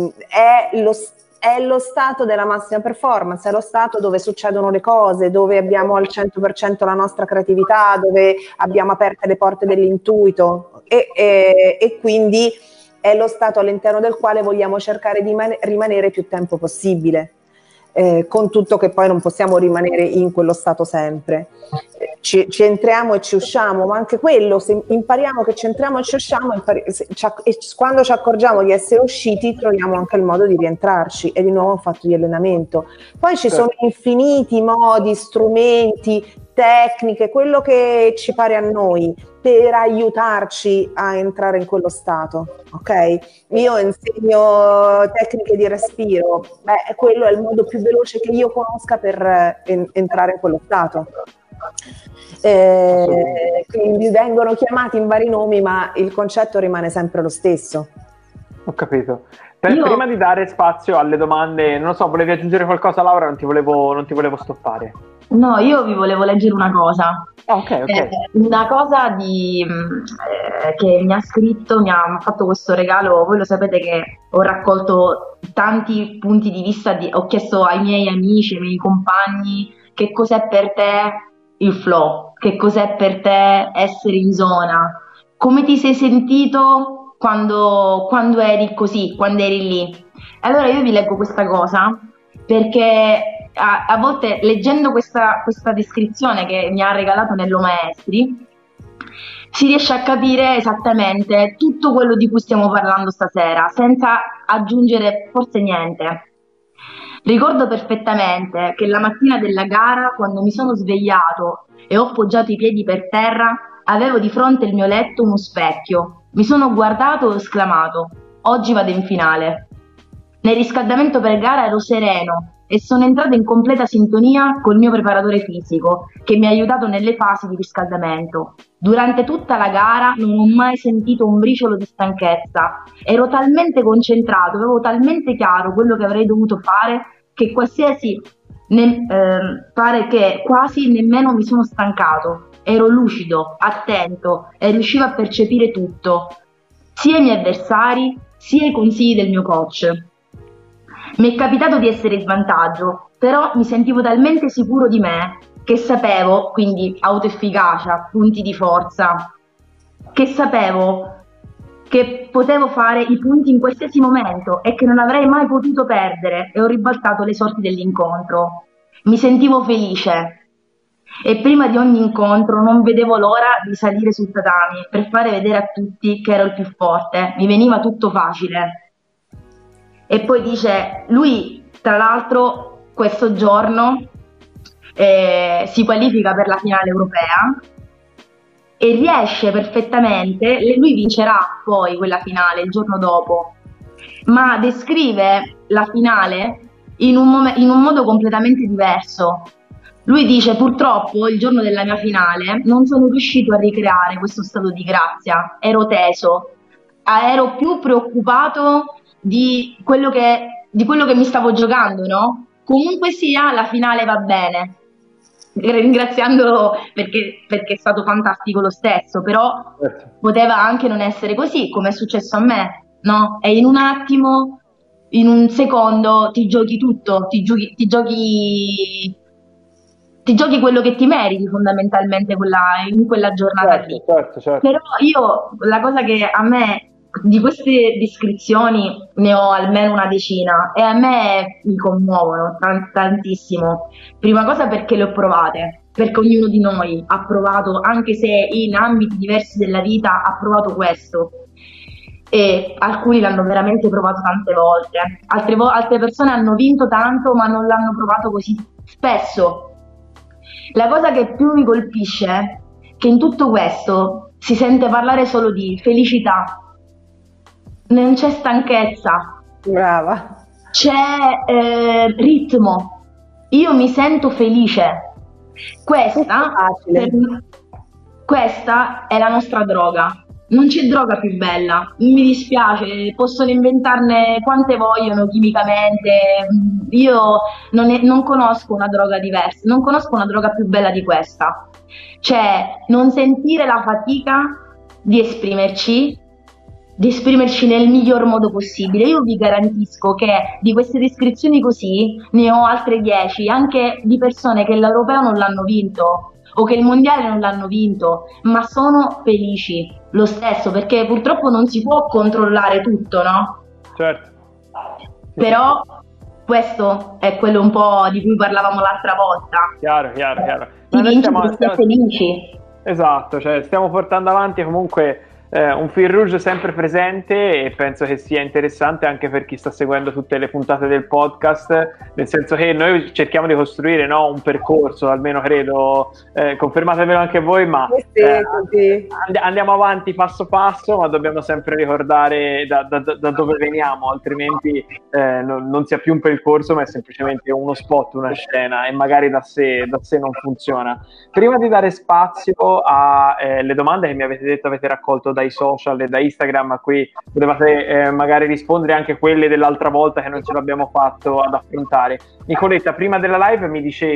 lo stato della massima performance, è lo stato dove succedono le cose, dove abbiamo al 100% la nostra creatività, dove abbiamo aperte le porte dell'intuito e quindi è lo stato all'interno del quale vogliamo cercare di rimanere più tempo possibile, con tutto che poi non possiamo rimanere in quello stato sempre. Ci entriamo e ci usciamo, ma anche quello, se impariamo che ci entriamo e ci usciamo, e quando ci accorgiamo di essere usciti troviamo anche il modo di rientrarci, e di nuovo un fatto di allenamento. Poi ci sono infiniti modi, strumenti, tecniche, quello che ci pare a noi, per aiutarci a entrare in quello stato, ok? Io insegno tecniche di respiro, quello è il modo più veloce che io conosca per entrare in quello stato. Quindi vengono chiamati in vari nomi, ma il concetto rimane sempre lo stesso. Ho capito. Prima di dare spazio alle domande, non so, volevi aggiungere qualcosa, Laura? Non ti volevo stoppare. No, io vi volevo leggere una cosa. Ok. Una cosa che mi ha scritto, mi ha fatto questo regalo. Voi lo sapete che ho raccolto tanti punti di vista, ho chiesto ai miei amici, ai miei compagni, che cos'è per te il flow, che cos'è per te essere in zona, come ti sei sentito quando eri così, quando eri lì. Allora io vi leggo questa cosa perché a volte leggendo questa descrizione che mi ha regalato Nello Maestri si riesce a capire esattamente tutto quello di cui stiamo parlando stasera, senza aggiungere forse niente. Ricordo perfettamente che la mattina della gara, quando mi sono svegliato e ho poggiato i piedi per terra, avevo di fronte il mio letto uno specchio. Mi sono guardato e ho esclamato: oggi vado in finale. Nel riscaldamento per gara ero sereno e sono entrata in completa sintonia col mio preparatore fisico, che mi ha aiutato nelle fasi di riscaldamento. Durante tutta la gara non ho mai sentito un briciolo di stanchezza. Ero talmente concentrato, avevo talmente chiaro quello che avrei dovuto fare che pare che quasi nemmeno mi sono stancato. Ero lucido, attento e riuscivo a percepire tutto, sia i miei avversari, sia i consigli del mio coach. Mi è capitato di essere in svantaggio, però mi sentivo talmente sicuro di me che sapevo, quindi autoefficacia, punti di forza, che sapevo che potevo fare i punti in qualsiasi momento e che non avrei mai potuto perdere, e ho ribaltato le sorti dell'incontro. Mi sentivo felice e prima di ogni incontro non vedevo l'ora di salire sul tatami per fare vedere a tutti che ero il più forte. Mi veniva tutto facile. E poi dice, lui tra l'altro questo giorno si qualifica per la finale europea e riesce perfettamente, lui vincerà poi quella finale il giorno dopo, ma descrive la finale in un modo completamente diverso. Lui dice: purtroppo il giorno della mia finale non sono riuscito a ricreare questo stato di grazia, ero teso, ero più preoccupato di quello che mi stavo giocando, no? Comunque sia, la finale va bene. Ringraziandolo perché è stato fantastico lo stesso, però poteva anche non essere così, come è successo a me, no? E in un attimo, in un secondo, ti giochi tutto, ti giochi quello che ti meriti fondamentalmente in quella giornata lì. Certo. Però la cosa che a me, di queste descrizioni ne ho almeno una decina e a me mi commuovono tantissimo. Prima cosa perché le ho provate, perché ognuno di noi ha provato, anche se in ambiti diversi della vita, ha provato questo. E alcuni l'hanno veramente provato tante volte, altre persone hanno vinto tanto ma non l'hanno provato così spesso. La cosa che più mi colpisce è che in tutto questo si sente parlare solo di felicità, non c'è stanchezza, brava, c'è ritmo, io mi sento felice. Questa è la nostra droga. Non c'è droga più bella, mi dispiace, possono inventarne quante vogliono chimicamente, io non conosco una droga diversa, non conosco una droga più bella di questa. Cioè, non sentire la fatica di esprimerci nel miglior modo possibile. Io vi garantisco che di queste descrizioni così ne ho altre 10, anche di persone che l'europeo non l'hanno vinto o che il mondiale non l'hanno vinto, ma sono felici lo stesso, perché purtroppo non si può controllare tutto, no? Certo. Però questo è quello un po' di cui parlavamo l'altra volta. Chiaro. Ti vinci perché sei felici. Esatto, cioè stiamo portando avanti comunque un fil rouge sempre presente, e penso che sia interessante anche per chi sta seguendo tutte le puntate del podcast, nel senso che noi cerchiamo di costruire, no, un percorso, almeno credo, confermatevelo anche voi, ma andiamo avanti passo passo, ma dobbiamo sempre ricordare da dove veniamo, altrimenti non sia più un percorso ma è semplicemente uno spot, una scena, e magari da sé non funziona. Prima di dare spazio alle domande che mi avete detto avete raccolto dai social e da Instagram, a cui potevate magari rispondere anche quelle dell'altra volta che non ce l'abbiamo fatto ad affrontare. Nicoletta, prima della live mi dicevi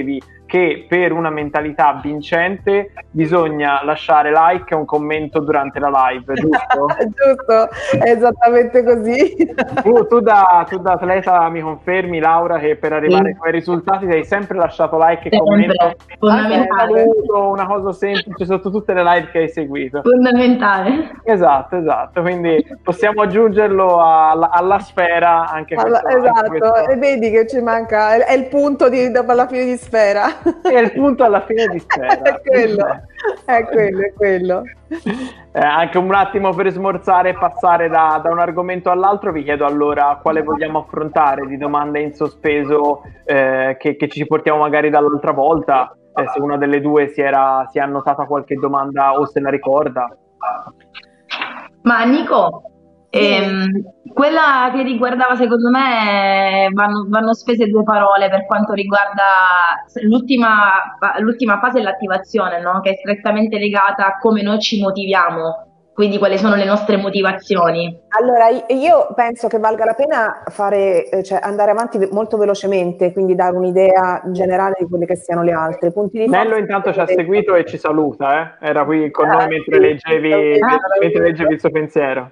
che per una mentalità vincente bisogna lasciare like e un commento durante la live, giusto? Giusto, è esattamente così. Tu da atleta mi confermi, Laura, che per arrivare ai tuoi risultati hai sempre lasciato like e commento, fondamentale. una cosa semplice sotto tutte le live che hai seguito. Fondamentale. Esatto, quindi possiamo aggiungerlo alla sfera anche esatto, e vedi che ci manca, è il punto alla fine di sfera. È il punto alla fine di sfera. È quello. Anche un attimo per smorzare e passare da un argomento all'altro, vi chiedo allora quale vogliamo affrontare di domande in sospeso che ci portiamo magari dall'altra volta, se una delle due si è annotata qualche domanda o se la ricorda. Ma Nico, quella che riguardava, secondo me vanno spese due parole per quanto riguarda l'ultima fase dell'attivazione, no? Che è strettamente legata a come noi ci motiviamo, quindi quali sono le nostre motivazioni. Allora, io penso che valga la pena andare avanti molto velocemente, quindi dare un'idea generale di quelle che siano le altre. Punti di Nello intanto ci ha seguito e ci saluta, era qui con noi mentre leggevi il suo pensiero.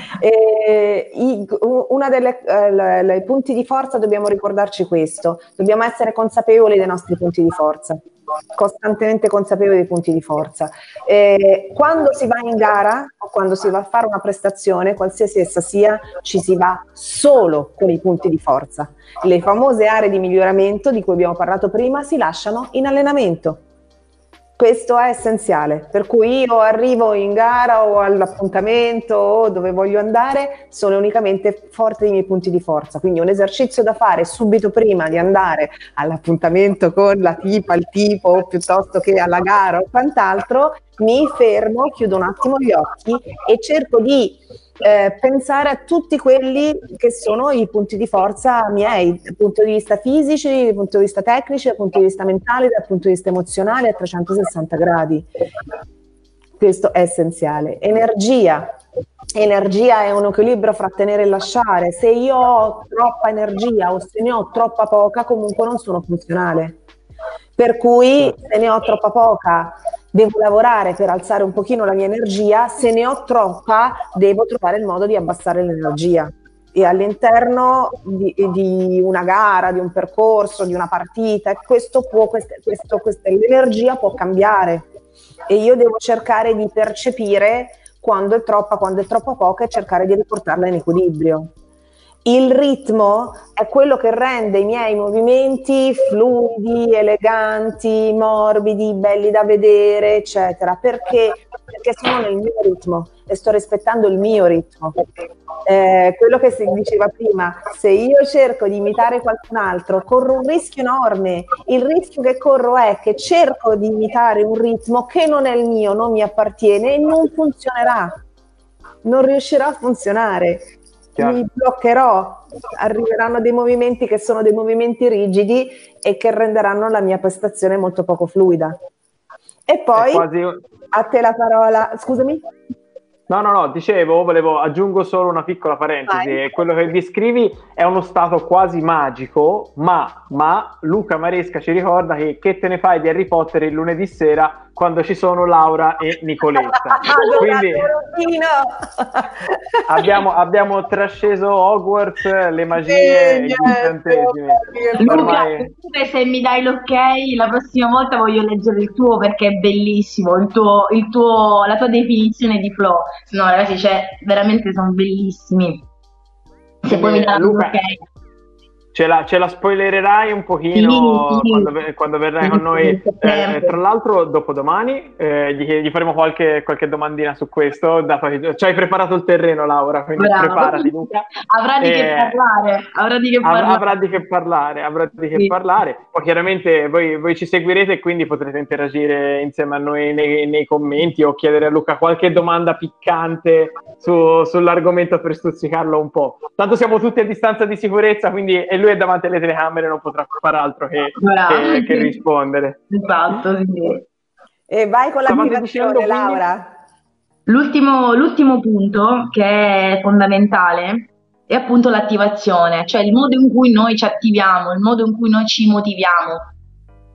Una dei punti di forza, dobbiamo ricordarci questo: dobbiamo essere consapevoli dei nostri punti di forza, costantemente consapevoli dei punti di forza. Quando si va in gara o quando si va a fare una prestazione, qualsiasi essa sia, ci si va solo con i punti di forza. Le famose aree di miglioramento di cui abbiamo parlato prima si lasciano in allenamento. Questo è essenziale, per cui io arrivo in gara o all'appuntamento o dove voglio andare, sono unicamente forte dei miei punti di forza. Quindi un esercizio da fare subito prima di andare all'appuntamento con la tipa, il tipo, piuttosto che alla gara o quant'altro, mi fermo, chiudo un attimo gli occhi e cerco di pensare a tutti quelli che sono i punti di forza miei, dal punto di vista fisici, dal punto di vista tecnici, dal punto di vista mentale, dal punto di vista emozionale a 360 gradi. Questo è essenziale. Energia è un equilibrio fra tenere e lasciare. Se io ho troppa energia o se ne ho troppa poca, comunque non sono funzionale. Per cui se ne ho troppa poca devo lavorare per alzare un pochino la mia energia, se ne ho troppa devo trovare il modo di abbassare l'energia. E all'interno di una gara, di un percorso, di una partita, l'energia può cambiare e io devo cercare di percepire quando è troppa, quando è troppo poca e cercare di riportarla in equilibrio. Il ritmo è quello che rende i miei movimenti fluidi, eleganti, morbidi, belli da vedere, eccetera. Perché sono nel mio ritmo e sto rispettando il mio ritmo. Quello che si diceva prima, se io cerco di imitare qualcun altro, corro un rischio enorme. Il rischio che corro è che cerco di imitare un ritmo che non è il mio, non mi appartiene e non funzionerà. Non riuscirà a funzionare. Mi bloccherò, arriveranno dei movimenti che sono dei movimenti rigidi e che renderanno la mia prestazione molto poco fluida. E poi a te la parola, scusami. No, dicevo, aggiungo solo una piccola parentesi. Quello che descrivi è uno stato quasi magico, ma Luca Maresca ci ricorda che te ne fai di Harry Potter il lunedì sera quando ci sono Laura e Nicoletta. Quindi abbiamo trasceso Hogwarts, le magie e gli incantesimi. Luca, se mi dai l'ok, la prossima volta voglio leggere il tuo perché è bellissimo, la tua definizione di flow. No, ragazzi, veramente sono bellissimi. Se poi mi dai l'ok. Ce la spoilererai un pochino quando verrai con noi. Tra l'altro dopodomani gli faremo qualche domandina su questo, dato che ci hai preparato il terreno, Laura, quindi preparati, Luca. Avrà di che parlare. Poi chiaramente voi ci seguirete e quindi potrete interagire insieme a noi nei commenti o chiedere a Luca qualche domanda piccante sull'argomento per stuzzicarlo un po'. Tanto siamo tutti a distanza di sicurezza, quindi lui è davanti alle telecamere, non potrà fare altro che rispondere. Esatto, sì. E vai con l'attivazione, Laura. L'ultimo punto che è fondamentale è appunto l'attivazione, cioè il modo in cui noi ci attiviamo, il modo in cui noi ci motiviamo.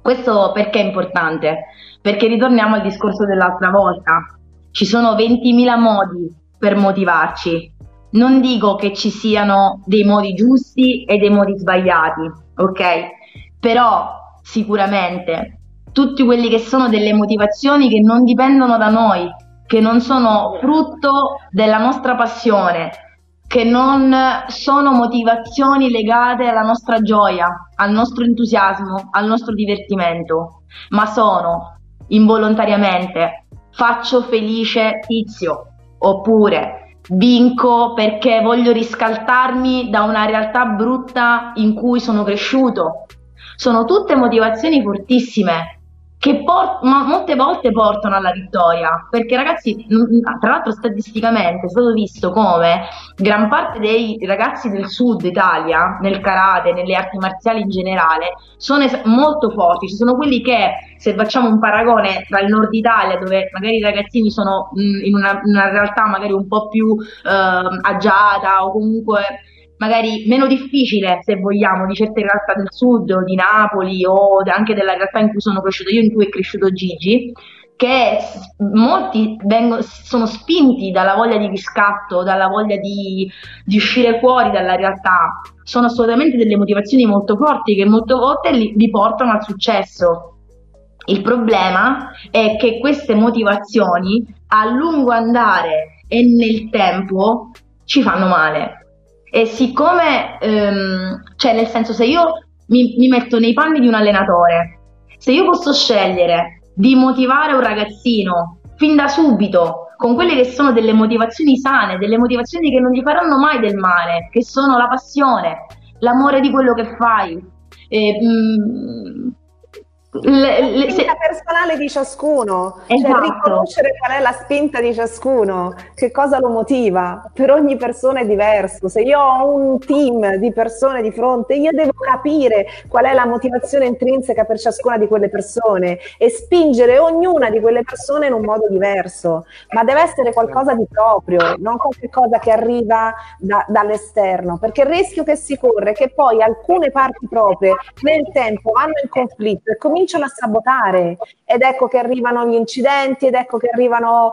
Questo perché è importante? Perché ritorniamo al discorso dell'altra volta. Ci sono 20.000 modi per motivarci. Non dico che ci siano dei modi giusti e dei modi sbagliati, ok? Però sicuramente tutti quelli che sono delle motivazioni che non dipendono da noi, che non sono frutto della nostra passione, che non sono motivazioni legate alla nostra gioia, al nostro entusiasmo, al nostro divertimento, ma sono involontariamente faccio felice Tizio, oppure vinco perché voglio riscaldarmi da una realtà brutta in cui sono cresciuto. Sono tutte motivazioni fortissime che molte volte portano alla vittoria, perché ragazzi, tra l'altro statisticamente è stato visto come gran parte dei ragazzi del sud Italia, nel karate, nelle arti marziali in generale, sono molto forti. Ci sono quelli che, se facciamo un paragone tra il nord Italia, dove magari i ragazzini sono in una realtà magari un po' più agiata o comunque magari meno difficile, se vogliamo, di certe realtà del sud o di Napoli o anche della realtà in cui sono cresciuto io, in cui è cresciuto Gigi, che molti sono spinti dalla voglia di riscatto, dalla voglia di uscire fuori dalla realtà. Sono assolutamente delle motivazioni molto forti che molte volte li portano al successo. Il problema è che queste motivazioni a lungo andare e nel tempo ci fanno male. E siccome, cioè nel senso, se io mi metto nei panni di un allenatore, se io posso scegliere di motivare un ragazzino fin da subito con quelle che sono delle motivazioni sane, delle motivazioni che non gli faranno mai del male, che sono la passione, l'amore di quello che fai, la spinta personale di ciascuno, esatto. Cioè riconoscere qual è la spinta di ciascuno, che cosa lo motiva. Per ogni persona è diverso. Se io ho un team di persone di fronte, io devo capire qual è la motivazione intrinseca per ciascuna di quelle persone e spingere ognuna di quelle persone in un modo diverso, ma deve essere qualcosa di proprio, non qualcosa che arriva dall'esterno, perché il rischio che si corre è che poi alcune parti proprie nel tempo vanno in conflitto e cominciano a sabotare, ed ecco che arrivano gli incidenti, ed ecco che arrivano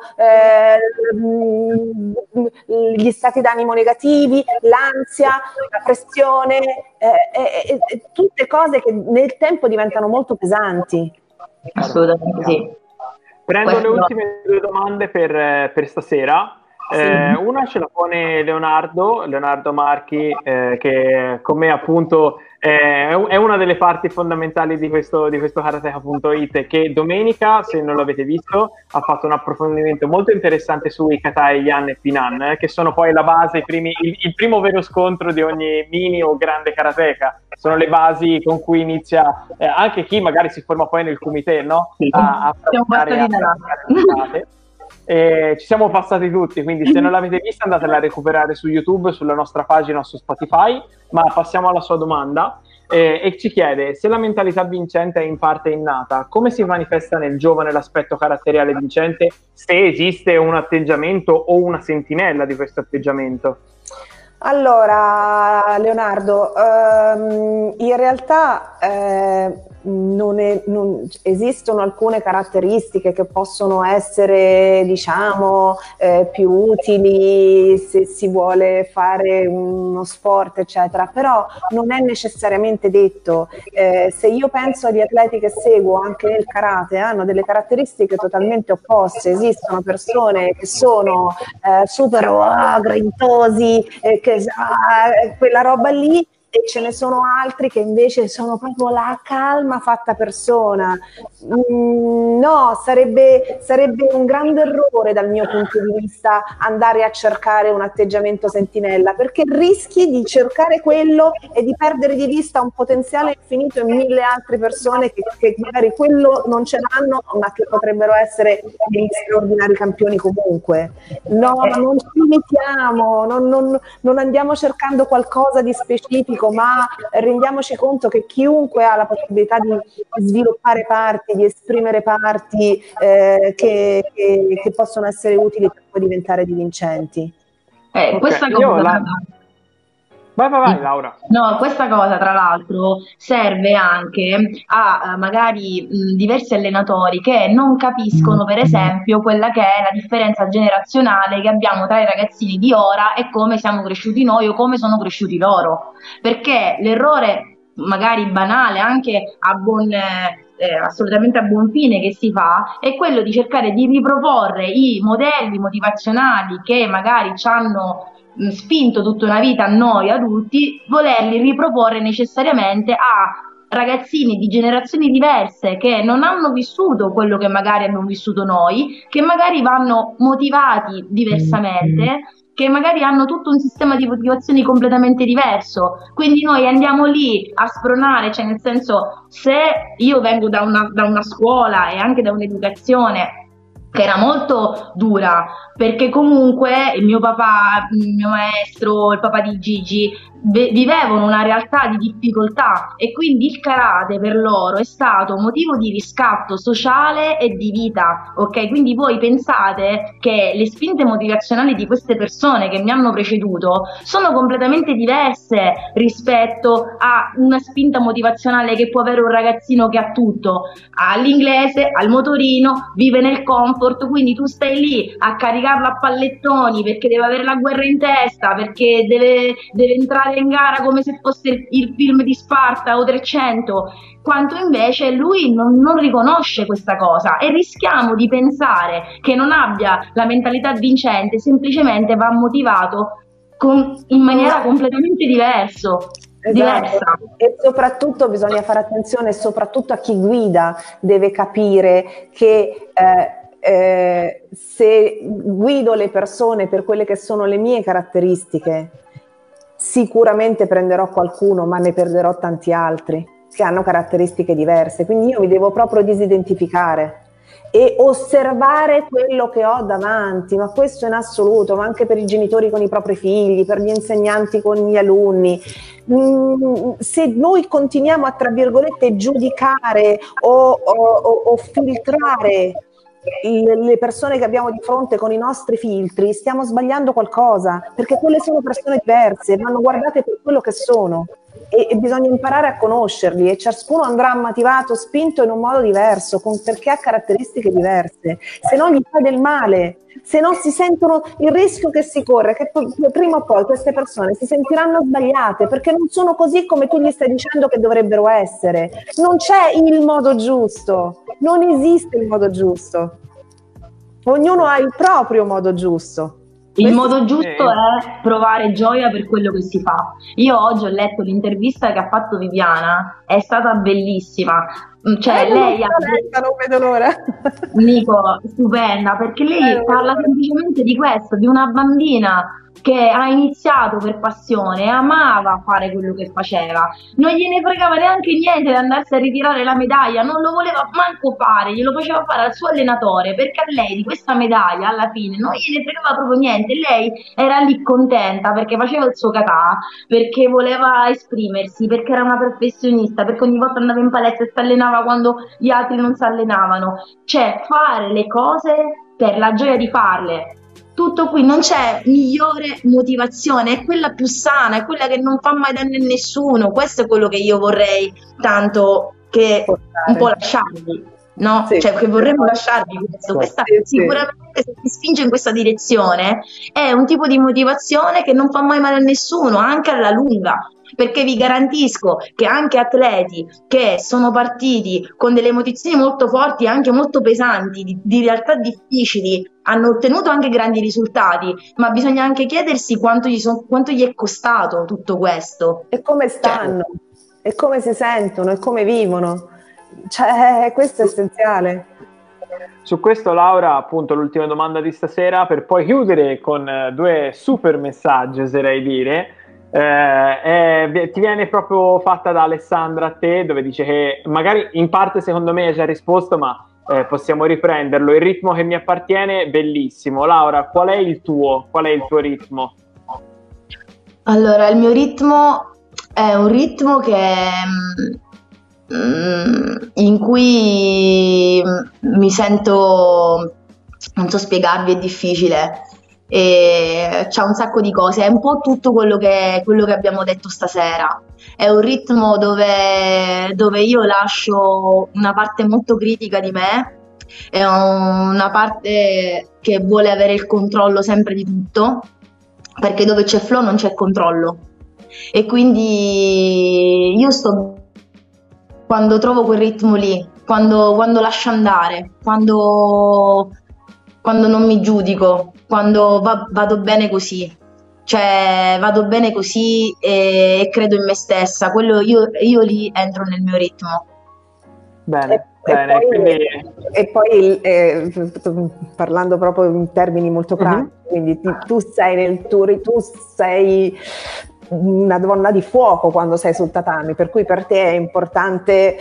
gli stati d'animo negativi, l'ansia, la pressione, tutte cose che nel tempo diventano molto pesanti. Assolutamente sì. Prendo le ultime due domande per stasera. Sì. Una ce la pone Leonardo Marchi, che con me appunto è una delle parti fondamentali di questo karateka.it, che domenica, se non l'avete visto, ha fatto un approfondimento molto interessante sui kata e yan e pinan, che sono poi la base, il primo vero scontro di ogni mini o grande karateka. Sono le basi con cui inizia anche chi magari si forma poi nel kumite, no? A praticare. Ci siamo passati tutti, quindi se non l'avete vista andatela a recuperare su YouTube, sulla nostra pagina, su Spotify. Ma passiamo alla sua domanda, e ci chiede: se la mentalità vincente è in parte innata, come si manifesta nel giovane l'aspetto caratteriale vincente, se esiste un atteggiamento o una sentinella di questo atteggiamento? Allora, Leonardo, in realtà non esistono alcune caratteristiche che possono essere, diciamo, più utili se si vuole fare uno sport, eccetera, però non è necessariamente detto. Se io penso agli atleti che seguo anche nel karate, hanno delle caratteristiche totalmente opposte. Esistono persone che sono super grintosi, quella roba lì, e ce ne sono altri che invece sono proprio la calma fatta persona. No, sarebbe un grande errore dal mio punto di vista andare a cercare un atteggiamento sentinella, perché rischi di cercare quello e di perdere di vista un potenziale infinito in mille altre persone che magari quello non ce l'hanno, ma che potrebbero essere degli straordinari campioni comunque. No, non ci limitiamo, non andiamo cercando qualcosa di specifico, ma rendiamoci conto che chiunque ha la possibilità di sviluppare parti, di esprimere parti che possono essere utili per poi diventare dei vincenti. Questa cosa Vai, Laura. No, questa cosa tra l'altro serve anche a magari diversi allenatori che non capiscono per esempio quella che è la differenza generazionale che abbiamo tra i ragazzini di ora e come siamo cresciuti noi o come sono cresciuti loro, perché l'errore magari banale anche assolutamente a buon fine che si fa è quello di cercare di riproporre i modelli motivazionali che magari ci hanno spinto tutta una vita a noi adulti, volerli riproporre necessariamente a ragazzini di generazioni diverse che non hanno vissuto quello che magari hanno vissuto noi, che magari vanno motivati diversamente, che magari hanno tutto un sistema di motivazioni completamente diverso. Quindi noi andiamo lì a spronare, cioè nel senso, se io vengo da una scuola e anche da un'educazione che era molto dura, perché comunque il mio papà, il mio maestro, il papà di Gigi vivevano una realtà di difficoltà e quindi il karate per loro è stato motivo di riscatto sociale e di vita, ok? Quindi voi pensate che le spinte motivazionali di queste persone che mi hanno preceduto sono completamente diverse rispetto a una spinta motivazionale che può avere un ragazzino che ha tutto, ha l'inglese, ha il motorino, vive nel comfort, quindi tu stai lì a caricarlo a pallettoni perché deve avere la guerra in testa, perché deve entrare in gara come se fosse il film di Sparta o 300, quanto invece lui non riconosce questa cosa e rischiamo di pensare che non abbia la mentalità vincente, semplicemente va motivato in maniera completamente diversa. E soprattutto bisogna fare attenzione, soprattutto a chi guida deve capire che se guido le persone per quelle che sono le mie caratteristiche, sicuramente prenderò qualcuno, ma ne perderò tanti altri che hanno caratteristiche diverse. Quindi io mi devo proprio disidentificare e osservare quello che ho davanti, ma questo in assoluto, ma anche per i genitori con i propri figli, per gli insegnanti con gli alunni. Se noi continuiamo a, tra virgolette, giudicare o filtrare le persone che abbiamo di fronte con i nostri filtri, stiamo sbagliando qualcosa, perché quelle sono persone diverse, vanno guardate per quello che sono e bisogna imparare a conoscerli e ciascuno andrà motivato, spinto in un modo diverso, perché ha caratteristiche diverse, se no gli fa del male, se no si sentono il rischio che si corre, che prima o poi queste persone si sentiranno sbagliate perché non sono così come tu gli stai dicendo che dovrebbero essere. Non c'è il modo giusto, non esiste il modo giusto, ognuno ha il proprio modo giusto. Il modo giusto è provare gioia per quello che si fa. Io oggi ho letto l'intervista che ha fatto Viviana, è stata bellissima. Cioè lei non vedo l'ora. Nico, stupenda, perché lei parla semplicemente di questo, di una bambina che ha iniziato per passione, amava fare quello che faceva, non gliene fregava neanche niente di andarsi a ritirare la medaglia, non lo voleva manco fare, glielo faceva fare al suo allenatore, perché a lei di questa medaglia alla fine non gliene fregava proprio niente, lei era lì contenta perché faceva il suo kata, perché voleva esprimersi, perché era una professionista, perché ogni volta andava in palestra e si allenava quando gli altri non si allenavano, cioè fare le cose per la gioia di farle. Tutto qui, non c'è migliore motivazione, è quella più sana, è quella che non fa mai danno a nessuno. Questo è quello che io vorrei tanto che un po' lasciarvi, no? Sì. Cioè che vorremmo lasciarvi questo. Questa sicuramente se ti spinge in questa direzione è un tipo di motivazione che non fa mai male a nessuno, anche alla lunga. Perché vi garantisco che anche atleti che sono partiti con delle motivazioni molto forti, anche molto pesanti, di realtà difficili, hanno ottenuto anche grandi risultati, ma bisogna anche chiedersi quanto gli è costato tutto questo. E come stanno, e come si sentono, e come vivono. Cioè, questo è essenziale. Su questo, Laura, appunto l'ultima domanda di stasera, per poi chiudere con due super messaggi, oserei dire. Ti viene proprio fatta da Alessandra a te, dove dice che magari in parte secondo me hai già risposto, ma possiamo riprenderlo. Il ritmo che mi appartiene, bellissimo. Laura, qual è il tuo ritmo? Allora, il mio ritmo è un ritmo che in cui mi sento, non so spiegarvi, è difficile. e c'ha un sacco di cose, è un po' tutto quello che abbiamo detto stasera. È un ritmo dove io lascio una parte molto critica di me, è una parte che vuole avere il controllo sempre di tutto, perché dove c'è flow non c'è controllo. E quindi io quando trovo quel ritmo lì, quando lascio andare, quando non mi giudico, quando vado bene così, cioè vado bene così e credo in me stessa, io lì entro nel mio ritmo. Bene, e poi parlando proprio in termini molto pratici, quindi tu sei nel tuo, tu sei una donna di fuoco quando sei sul tatami, per cui per te è importante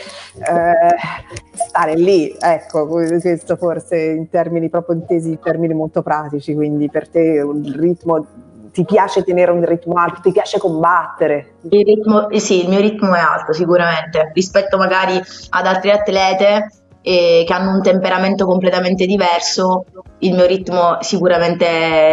stare lì, ecco, questo forse in termini proprio intesi, in termini molto pratici, quindi per te il ritmo, ti piace tenere un ritmo alto, ti piace combattere? Sì, il mio ritmo è alto sicuramente, rispetto magari ad altri atlete che hanno un temperamento completamente diverso, il mio ritmo sicuramente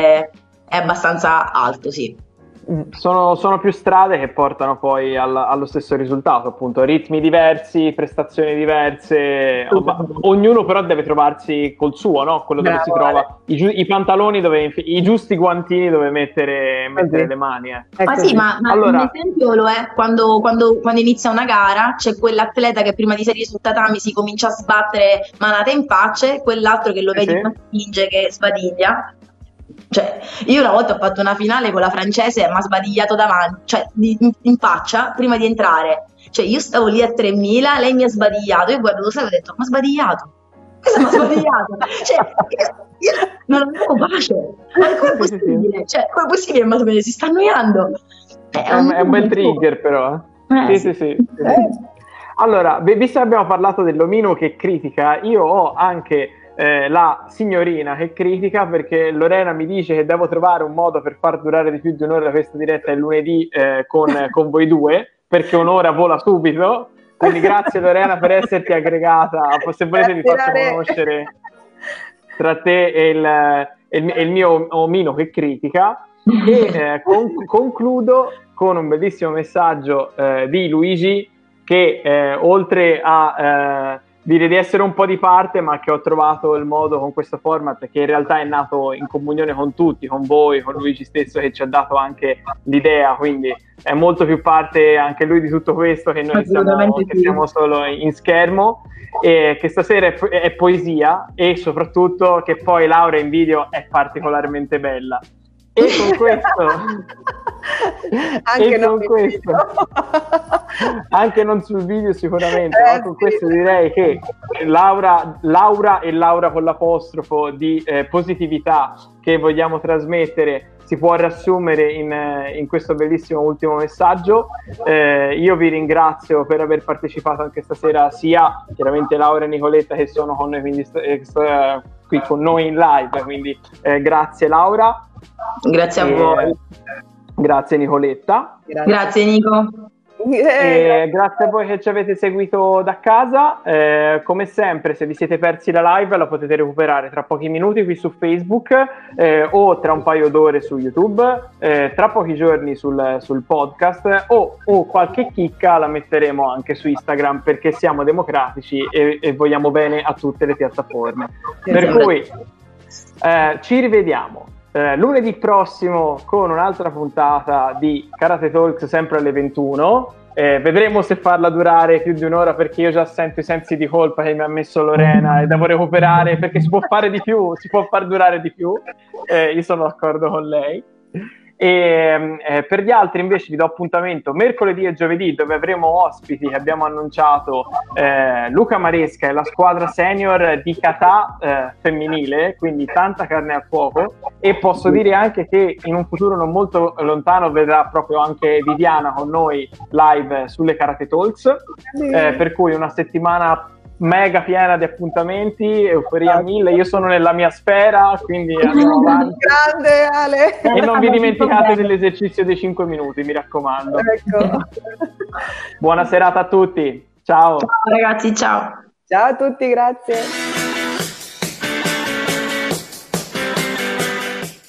è abbastanza alto, sì. Sono più strade che portano poi allo stesso risultato, appunto, ritmi diversi, prestazioni diverse, ognuno però deve trovarsi col suo, no? Quello dove si trova i pantaloni, i giusti guantini dove mettere le mani. Ma sì, ma allora, un esempio lo è quando inizia una gara, c'è quell'atleta che prima di salire sul tatami si comincia a sbattere manate in faccia e quell'altro che lo vedi che spinge, che sbadiglia. Cioè, io una volta ho fatto una finale con la francese e mi ha sbadigliato davanti, cioè in faccia prima di entrare. Cioè, io stavo lì a 3000, lei mi ha sbadigliato. Io guardo, lo sai, ho detto, ma sbadigliato? Cosa mi ha sbadigliato? Cioè, io non avevo pace. Ma come è possibile? Cioè, come è possibile? Ma si sta annoiando. È un bel trigger, però. Sì. Allora, visto che abbiamo parlato dell'omino che critica, io ho anche la signorina che critica, perché Lorena mi dice che devo trovare un modo per far durare di più di un'ora questa diretta il lunedì con voi due, perché un'ora vola subito. Quindi grazie Lorena per esserti aggregata. Se volete vi faccio conoscere tra te e il mio omino che critica. E concludo con un bellissimo messaggio di Luigi che oltre a dire di essere un po' di parte, ma che ho trovato il modo con questo format, che in realtà è nato in comunione con tutti, con voi, con Luigi stesso che ci ha dato anche l'idea, quindi è molto più parte anche lui di tutto questo che noi siamo solo in schermo, e che stasera è poesia, e soprattutto che poi Laura in video è particolarmente bella. E con questo anche non sul video sicuramente, ma con questo direi che Laura e Laura con l'apostrofo di positività che vogliamo trasmettere si può riassumere in questo bellissimo ultimo messaggio. Io vi ringrazio per aver partecipato anche stasera, sia chiaramente Laura e Nicoletta che sono con noi, quindi qui con noi in live, quindi grazie Laura. Grazie a voi. Grazie Nicoletta. Grazie Nico. Grazie a voi che ci avete seguito da casa. Come sempre, se vi siete persi la live la potete recuperare tra pochi minuti qui su Facebook o tra un paio d'ore su YouTube, tra pochi giorni sul podcast o qualche chicca la metteremo anche su Instagram, perché siamo democratici e vogliamo bene a tutte le piattaforme. Per cui ci rivediamo lunedì prossimo con un'altra puntata di Karate Talks, sempre alle 21. Vedremo se farla durare più di un'ora, perché io già sento i sensi di colpa che mi ha messo Lorena e devo recuperare, perché si può fare di più, si può far durare di più. Io sono d'accordo con lei. E per gli altri invece vi do appuntamento mercoledì e giovedì, dove avremo ospiti che abbiamo annunciato, Luca Maresca e la squadra senior di kata femminile, quindi tanta carne al fuoco, e posso dire anche che in un futuro non molto lontano vedrà proprio anche Viviana con noi live sulle Karate Talks, per cui una settimana mega piena di appuntamenti, euforia 1000. Io sono nella mia sfera, quindi andiamo avanti. Grande Ale! E non vi dimenticate dell'esercizio dei 5 minuti, mi raccomando. Ecco. Buona serata a tutti, ciao. Ciao ragazzi, ciao. Ciao a tutti, grazie.